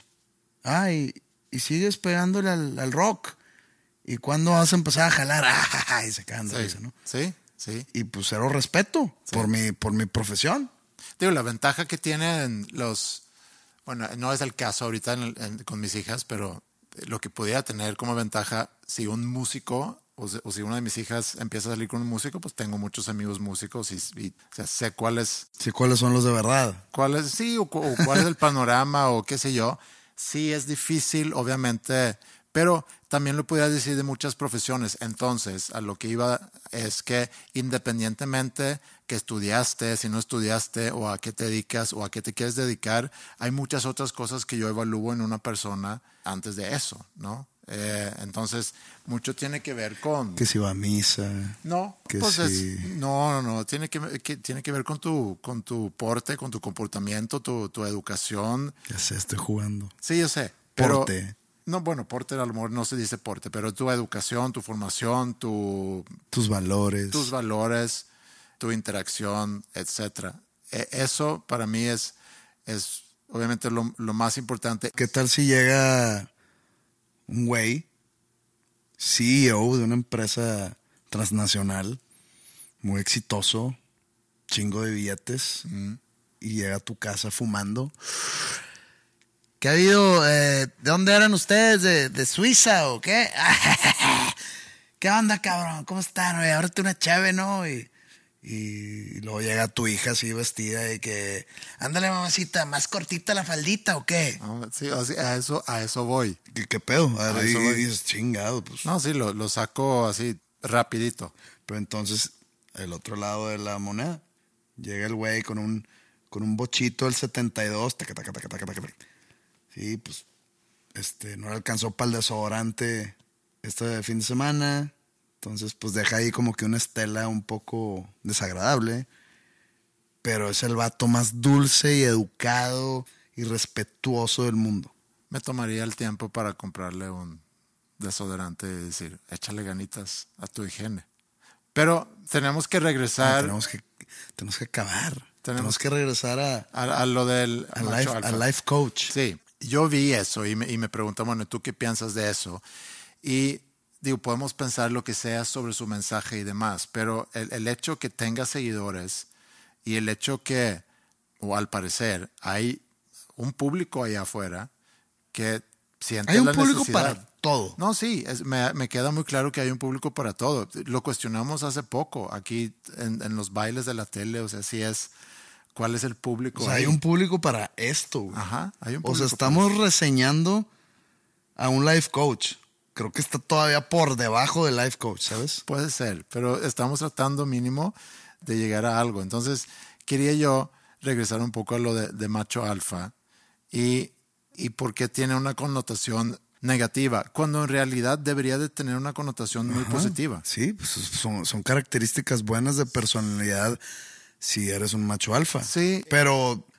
Y sigues pegándole al rock. ¿Y cuándo vas a empezar a jalar? Y se caen de risa, ¿no?
Sí.
Y pues cero respeto por mi profesión.
Digo, la ventaja que tienen bueno, no es el caso ahorita con mis hijas, pero lo que pudiera tener como ventaja si un músico o si una de mis hijas empieza a salir con un músico, pues tengo muchos amigos músicos y o sea, sé cuáles...
Sí, cuáles son los de verdad.
Sí, o cuál es el panorama o qué sé yo. Sí, es difícil, obviamente, pero también lo pudiera decir de muchas profesiones. Entonces, a lo que iba es que independientemente que estudiaste, si no estudiaste, o a qué te dedicas, o a qué te quieres dedicar, hay muchas otras cosas que yo evalúo en una persona antes de eso, ¿no? Entonces, mucho tiene que ver con...
Que si va a misa.
No,
que
pues
si...
no. Tiene que ver con tu porte, con tu comportamiento, tu educación.
Ya sé, estoy jugando.
Sí, yo sé. Pero,
porte.
No, bueno, porte a lo mejor no se dice porte, pero tu educación, tu formación,
tus valores.
Tus valores, tu interacción, etcétera. Eso para mí es obviamente lo más importante.
¿Qué tal si llega un güey, CEO de una empresa transnacional, muy exitoso, chingo de billetes, y llega a tu casa fumando? ¿Qué ha habido? ¿De dónde eran ustedes? ¿De Suiza o qué? ¿Qué onda, cabrón? ¿Cómo están? Oye, ábrete una chave, ¿no? Y luego llega tu hija así vestida y que... Ándale, mamacita, ¿más cortita la faldita o qué?
Sí, a eso voy.
¿Qué pedo? Ahí dices, chingado, pues.
No, sí, lo saco así rapidito.
Pero entonces, el otro lado de la moneda, llega el güey con un bochito del 72, taca. Sí, pues, no le alcanzó para el desodorante este fin de semana. Entonces, pues deja ahí como que una estela un poco desagradable. Pero es el vato más dulce y educado y respetuoso del mundo.
Me tomaría el tiempo para comprarle un desodorante y decir, échale ganitas a tu higiene. Pero tenemos que regresar.
Tenemos que acabar. Tenemos que regresar
a lo del
life coach.
Sí, yo vi eso y me preguntan, bueno, ¿tú qué piensas de eso? Y digo, podemos pensar lo que sea sobre su mensaje y demás, pero el hecho que tenga seguidores y el hecho que, o al parecer, hay un público allá afuera que siente la necesidad.
Hay un público para todo.
No, sí, me queda muy claro que hay un público para todo. Lo cuestionamos hace poco aquí en los bailes de la tele, o sea, si es... ¿Cuál es el público?
O sea, hay un público para esto, güey.
Ajá, hay un público.
O sea, estamos reseñando a un life coach. Creo que está todavía por debajo del life coach, ¿sabes?
Puede ser, pero estamos tratando mínimo de llegar a algo. Entonces, quería yo regresar un poco a lo de macho alfa y por qué tiene una connotación negativa, cuando en realidad debería de tener una connotación muy positiva.
Sí, pues son características buenas de personalidad si eres un macho alfa.
Sí.
Pero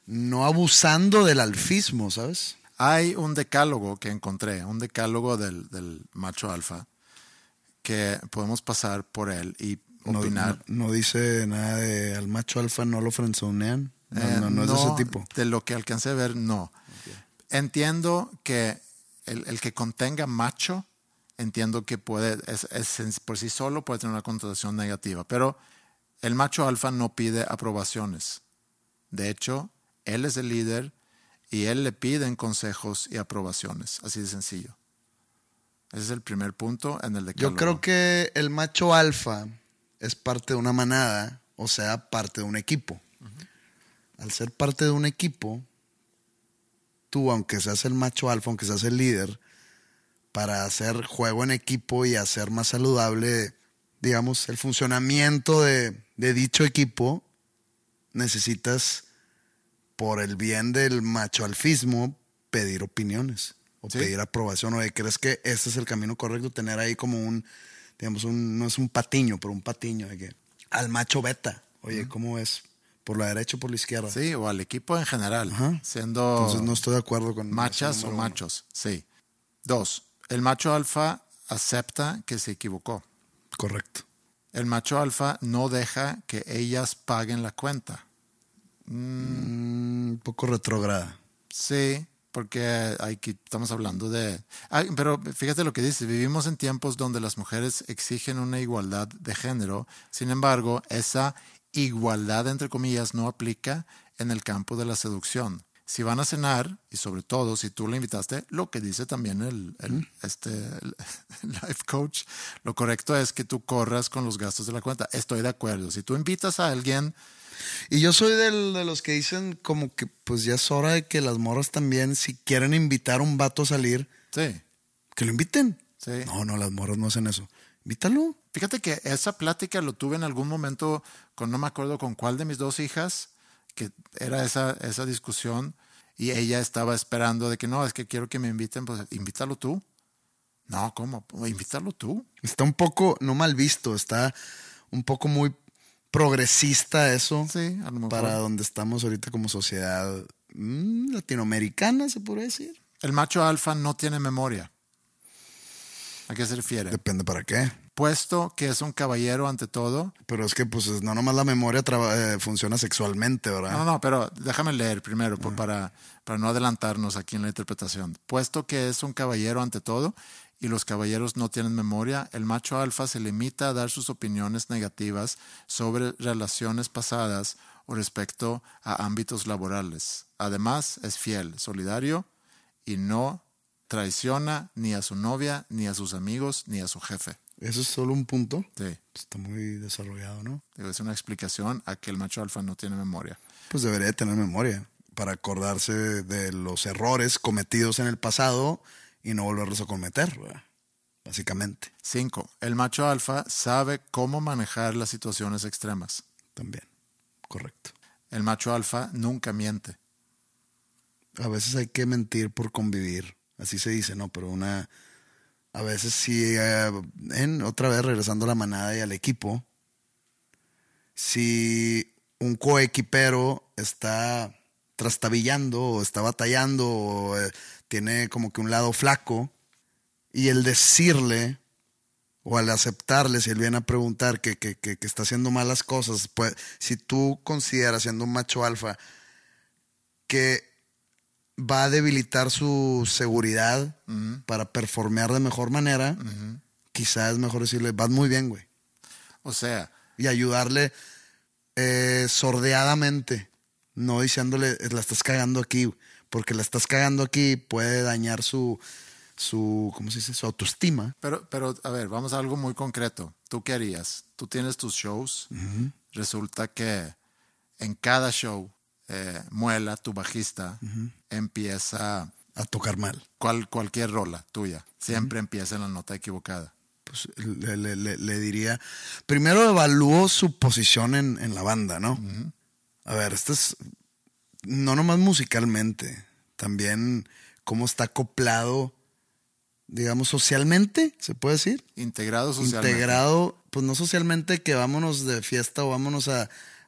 no abusando del alfismo, ¿sabes?
Hay un decálogo que encontré, un decálogo del macho alfa, que podemos pasar por él y opinar.
No dice nada de al macho alfa no lo frenzonean. No es de ese tipo.
De lo que alcancé a ver, no. Okay. Entiendo que el que contenga macho, entiendo que puede, por sí solo puede tener una connotación negativa, pero el macho alfa no pide aprobaciones. De hecho, él es el líder y él le piden consejos y aprobaciones, así de sencillo. Ese es el primer punto en el decálogo.
Yo creo que el macho alfa es parte de una manada, o sea, parte de un equipo. Uh-huh. Al ser parte de un equipo, tú, aunque seas el macho alfa, aunque seas el líder, para hacer juego en equipo y hacer más saludable, digamos, el funcionamiento de dicho equipo, necesitas, por el bien del macho alfismo, pedir opiniones o ¿sí? pedir aprobación. O de, ¿crees que este es el camino correcto? Tener ahí como un, digamos, no es un patiño, pero un patiño de que al macho beta, oye, uh-huh. ¿cómo es? ¿Por la derecha o por la izquierda?
Sí, o al equipo en general.
Ajá.
Siendo
entonces no estoy de acuerdo con
machas o machos. Sí. 2. El macho alfa acepta que se equivocó.
Correcto.
El macho alfa no deja que ellas paguen la cuenta.
Un poco retrógrada.
Sí, porque aquí estamos hablando de... pero fíjate lo que dice, vivimos en tiempos donde las mujeres exigen una igualdad de género, sin embargo, esa igualdad, entre comillas, no aplica en el campo de la seducción. Si van a cenar, y sobre todo si tú la invitaste, lo que dice también el life coach, lo correcto es que tú corras con los gastos de la cuenta. Estoy de acuerdo. Si tú invitas a alguien...
Y yo soy de los que dicen como que pues ya es hora de que las morras también, si quieren invitar a un vato a salir,
sí,
que lo inviten.
Sí.
No, las morras no hacen eso. Invítalo.
Fíjate que esa plática lo tuve en algún momento con, no me acuerdo con cuál de mis 2 hijas, que era esa discusión, y ella estaba esperando de que no, es que quiero que me inviten, pues invítalo tú. No, ¿cómo? Invítalo tú. Está
un poco, no mal visto, está un poco muy progresista eso.
Sí, a lo mejor.
Para donde estamos ahorita como sociedad latinoamericana, se podría decir.
El macho alfa no tiene memoria. ¿A qué se refiere?
Depende para qué.
Puesto que es un caballero ante todo.
Pero es que pues no nomás la memoria funciona sexualmente, ¿verdad?
No, pero déjame leer primero para no adelantarnos aquí en la interpretación. Puesto que es un caballero ante todo y los caballeros no tienen memoria, el macho alfa se limita a dar sus opiniones negativas sobre relaciones pasadas o respecto a ámbitos laborales. Además, es fiel, solidario y no traiciona ni a su novia, ni a sus amigos, ni a su jefe.
¿Eso es solo un punto?
Sí.
Está muy desarrollado, ¿no?
Es una explicación a que el macho alfa no tiene memoria.
Pues debería tener memoria para acordarse de los errores cometidos en el pasado y no volverlos a cometer, ¿verdad? Básicamente.
5. El macho alfa sabe cómo manejar las situaciones extremas.
También. Correcto.
El macho alfa nunca miente.
A veces hay que mentir por convivir. Así se dice, ¿no? Pero a veces sí, otra vez regresando a la manada y al equipo, si un coequipero está trastabillando o está batallando o tiene como que un lado flaco, y el decirle o al aceptarle, si él viene a preguntar que está haciendo malas cosas, pues si tú consideras, siendo un macho alfa, que va a debilitar su seguridad para performear de mejor manera, quizás es mejor decirle, vas muy bien, güey.
O sea.
Y ayudarle sordeadamente, no diciéndole, la estás cagando aquí, porque la estás cagando aquí puede dañar su ¿cómo se dice? Su autoestima.
Pero, a ver, vamos a algo muy concreto. ¿Tú qué harías? Tú tienes tus shows, resulta que en cada show Muela, tu bajista, empieza
a tocar mal.
Cualquier rola tuya. Siempre empieza en la nota equivocada.
Pues le diría, primero evalúo su posición en la banda, ¿no? A ver, esto es no nomás musicalmente, también cómo está acoplado, digamos, socialmente, ¿se puede decir?
Integrado socialmente.
Integrado, pues no socialmente que vámonos de fiesta o vámonos a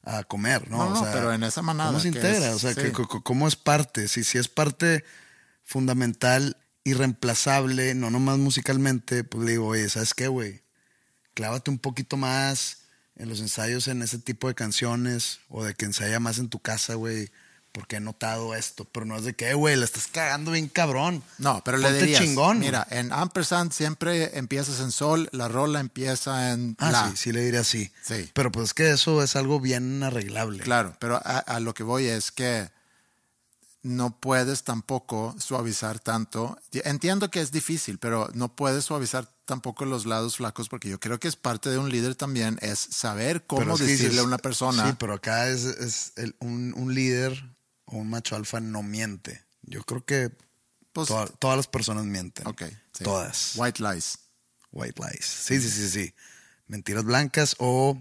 a comer, ¿no?
No,
o sea,
pero en esa manada.
¿cómo se integra? O sea, ¿cómo es parte? Si es parte fundamental, irreemplazable, no nomás musicalmente, pues le digo, oye, ¿sabes qué, güey? Clávate un poquito más en los ensayos en ese tipo de canciones o de que ensaya más en tu casa, güey, porque he notado esto. Pero no es de que, güey, la estás cagando bien cabrón.
No, pero
ponte
le dirías,
chingón.
mira, en Ampersand siempre empiezas en sol, la rola empieza en la.
Sí le diría así.
Sí.
Pero pues es que eso es algo bien arreglable.
Claro, pero a lo que voy es que no puedes tampoco suavizar tanto. Entiendo que es difícil, pero no puedes suavizar tampoco los lados flacos, porque yo creo que es parte de un líder también, es saber cómo
es que
decirle
dices,
a una persona.
Sí, pero acá un líder o un macho alfa no miente. Yo creo que
Pues,
todas las personas mienten.
ok, sí.
Todas.
White lies.
White lies. Sí. Mentiras blancas o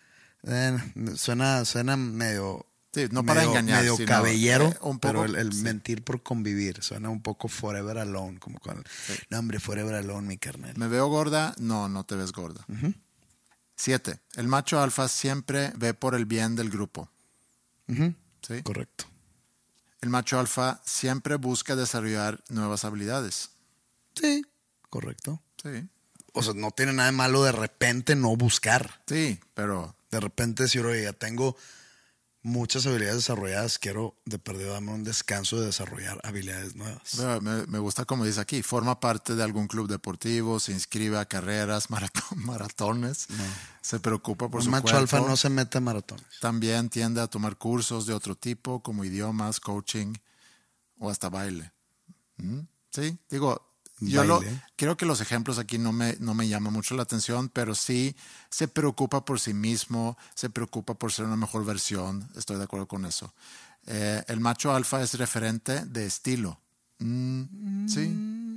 suena medio.
Sí, no para engañar,
medio
sino,
cabellero,
un poco,
pero el
sí.
mentir por convivir suena un poco forever alone, como con no, hombre, forever alone, mi carnal.
¿Me veo gorda? No, no te ves gorda. 7. El macho alfa siempre ve por el bien del grupo. ¿Sí?
Correcto.
El macho alfa siempre busca desarrollar nuevas habilidades.
Sí, correcto.
Sí.
O sea, no tiene nada de malo de repente no buscar.
Sí, pero
De repente decir, oye, ya tengo muchas habilidades desarrolladas, quiero de perdido darme un descanso de desarrollar habilidades nuevas.
me gusta como dice aquí, forma parte de algún club deportivo, se inscribe a carreras, maratones, se preocupa por
Un
su
macho
cuerpo.
alfa no se mete a maratones.
También tiende a tomar cursos de otro tipo, como idiomas, coaching o hasta baile. Sí, digo, creo que los ejemplos aquí no me llaman mucho la atención, pero sí se preocupa por sí mismo, se preocupa por ser una mejor versión. Estoy de acuerdo con eso. El macho alfa es referente de estilo. Sí.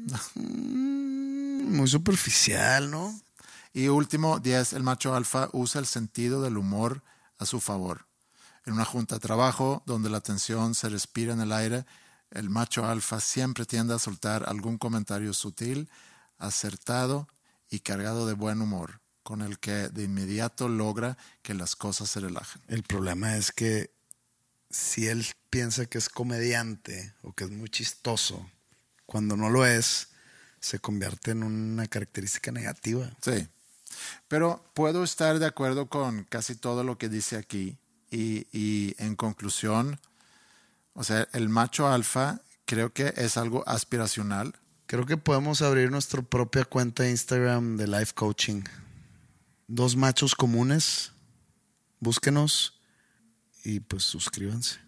Muy superficial, ¿no?
Y último, 10, el macho alfa usa el sentido del humor a su favor. En una junta de trabajo donde la tensión se respira en el aire, el macho alfa siempre tiende a soltar algún comentario sutil, acertado y cargado de buen humor, con el que de inmediato logra que las cosas se relajen.
El problema es que si él piensa que es comediante o que es muy chistoso, cuando no lo es, se convierte en una característica negativa.
Sí, pero puedo estar de acuerdo con casi todo lo que dice aquí y en conclusión, o sea, el macho alfa creo que es algo aspiracional.
Creo que podemos abrir nuestra propia cuenta de Instagram de Life Coaching. 2 machos comunes. Búsquenos y pues suscríbanse.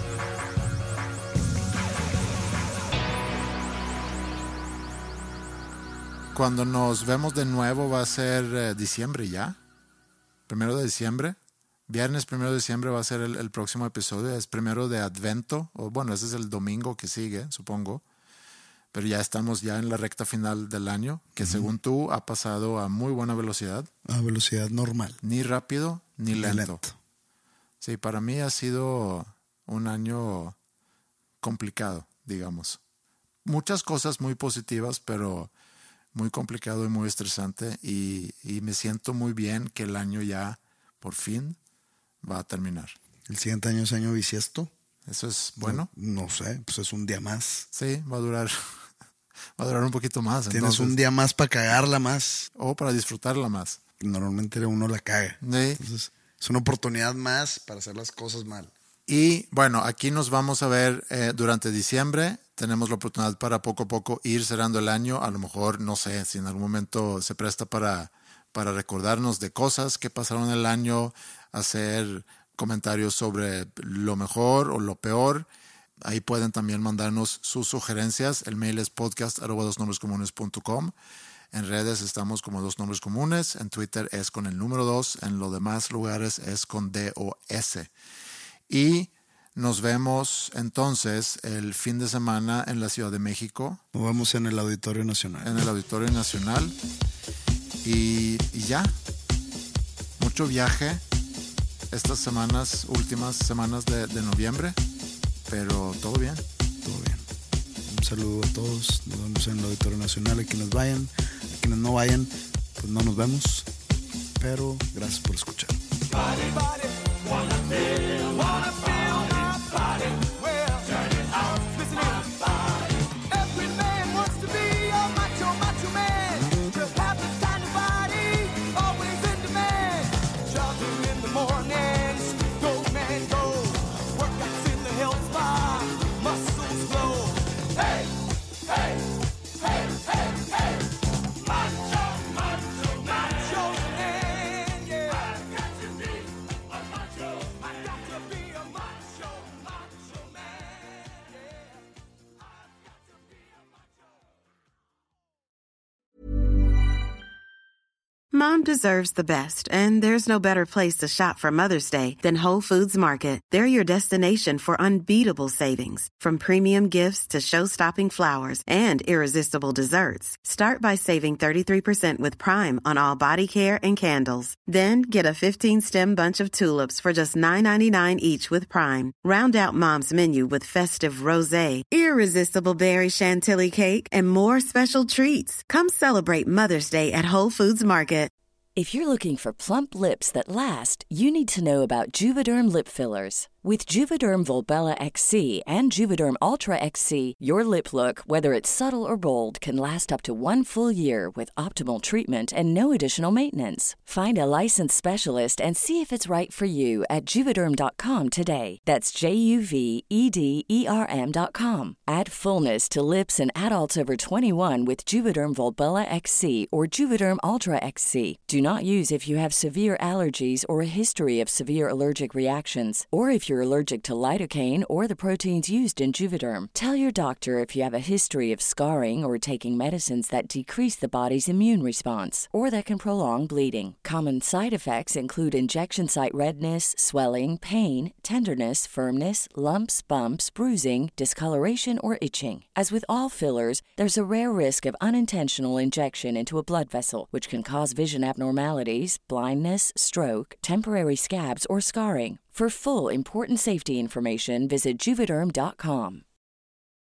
Cuando nos vemos de nuevo va a ser diciembre ya. 1 de diciembre. Viernes 1 de diciembre va a ser el próximo episodio. Es 1 de Advento. O bueno, ese es el domingo que sigue, supongo. Pero ya estamos ya en la recta final del año, que según tú ha pasado a muy buena velocidad.
A velocidad normal.
Ni rápido ni lento. Sí, para mí ha sido un año complicado, digamos. Muchas cosas muy positivas, pero muy complicado y muy estresante. Y me siento muy bien que el año ya, por fin, va a terminar.
¿El siguiente año es año bisiesto?
¿Eso es bueno?
No sé, pues es un día más.
Sí, va a durar un poquito más.
Tienes
entonces,
un día más para cagarla más.
O para disfrutarla más.
Normalmente uno la caga.
Sí.
Entonces, es una oportunidad más para hacer las cosas mal.
Y bueno, aquí nos vamos a ver durante diciembre. Tenemos la oportunidad para poco a poco ir cerrando el año. A lo mejor, no sé, si en algún momento se presta para recordarnos de cosas que pasaron el año, hacer comentarios sobre lo mejor o lo peor. Ahí pueden también mandarnos sus sugerencias. El mail es podcast@dosnombrescomunes.com. En redes estamos como Dos Nombres Comunes. En Twitter es con el número 2. En los demás lugares es con DOS. Y nos vemos entonces el fin de semana en la Ciudad de México.
Nos vemos en el Auditorio Nacional.
En el Auditorio Nacional. Y ya. Mucho viaje estas semanas, últimas semanas de noviembre. Pero todo bien.
Todo bien. Un saludo a todos. Nos vemos en el Auditorio Nacional. A quienes vayan, a quienes no vayan, pues no nos vemos. Pero gracias por escuchar.
Body, body. Wanna feel my body. Well, turn it out. Listen here. Every man wants to be a macho man. Just have the kind of body, always in demand. Jogging in the mornings, go man go. Workouts in the health spa, muscles glow. Hey, hey, hey, hey, hey. Macho man, yeah. I've got to be a macho. I've got to be a macho man, yeah. I've got to be a macho.
Mom deserves the best, and there's no better place to shop for Mother's Day than Whole Foods Market. They're your destination for unbeatable savings, from premium gifts to show-stopping flowers and irresistible desserts. Start by saving 33% with Prime on all body care and candles. Then get a 15-stem bunch of tulips for just $9.99 each with Prime. Round out Mom's menu with festive rosé, irresistible berry chantilly cake, and more special treats. Come celebrate Mother's Day at Whole Foods Market.
If you're looking for plump lips that last, you need to know about Juvederm lip fillers. With Juvederm Volbella XC and Juvederm Ultra XC, your lip look, whether it's subtle or bold, can last up to 1 full year with optimal treatment and no additional maintenance. Find a licensed specialist and see if it's right for you at Juvederm.com today. That's JUVEDERM.com. Add fullness to lips in adults over 21 with Juvederm Volbella XC or Juvederm Ultra XC. Do not use if you have severe allergies or a history of severe allergic reactions, or if you're allergic to lidocaine or the proteins used in Juvederm. Tell your doctor if you have a history of scarring or taking medicines that decrease the body's immune response or that can prolong bleeding. Common side effects include injection site redness, swelling, pain, tenderness, firmness, lumps, bumps, bruising, discoloration, or itching. As with all fillers, there's a rare risk of unintentional injection into a blood vessel, which can cause vision abnormalities, blindness, stroke, temporary scabs, or scarring. For full, important safety information, visit Juvederm.com.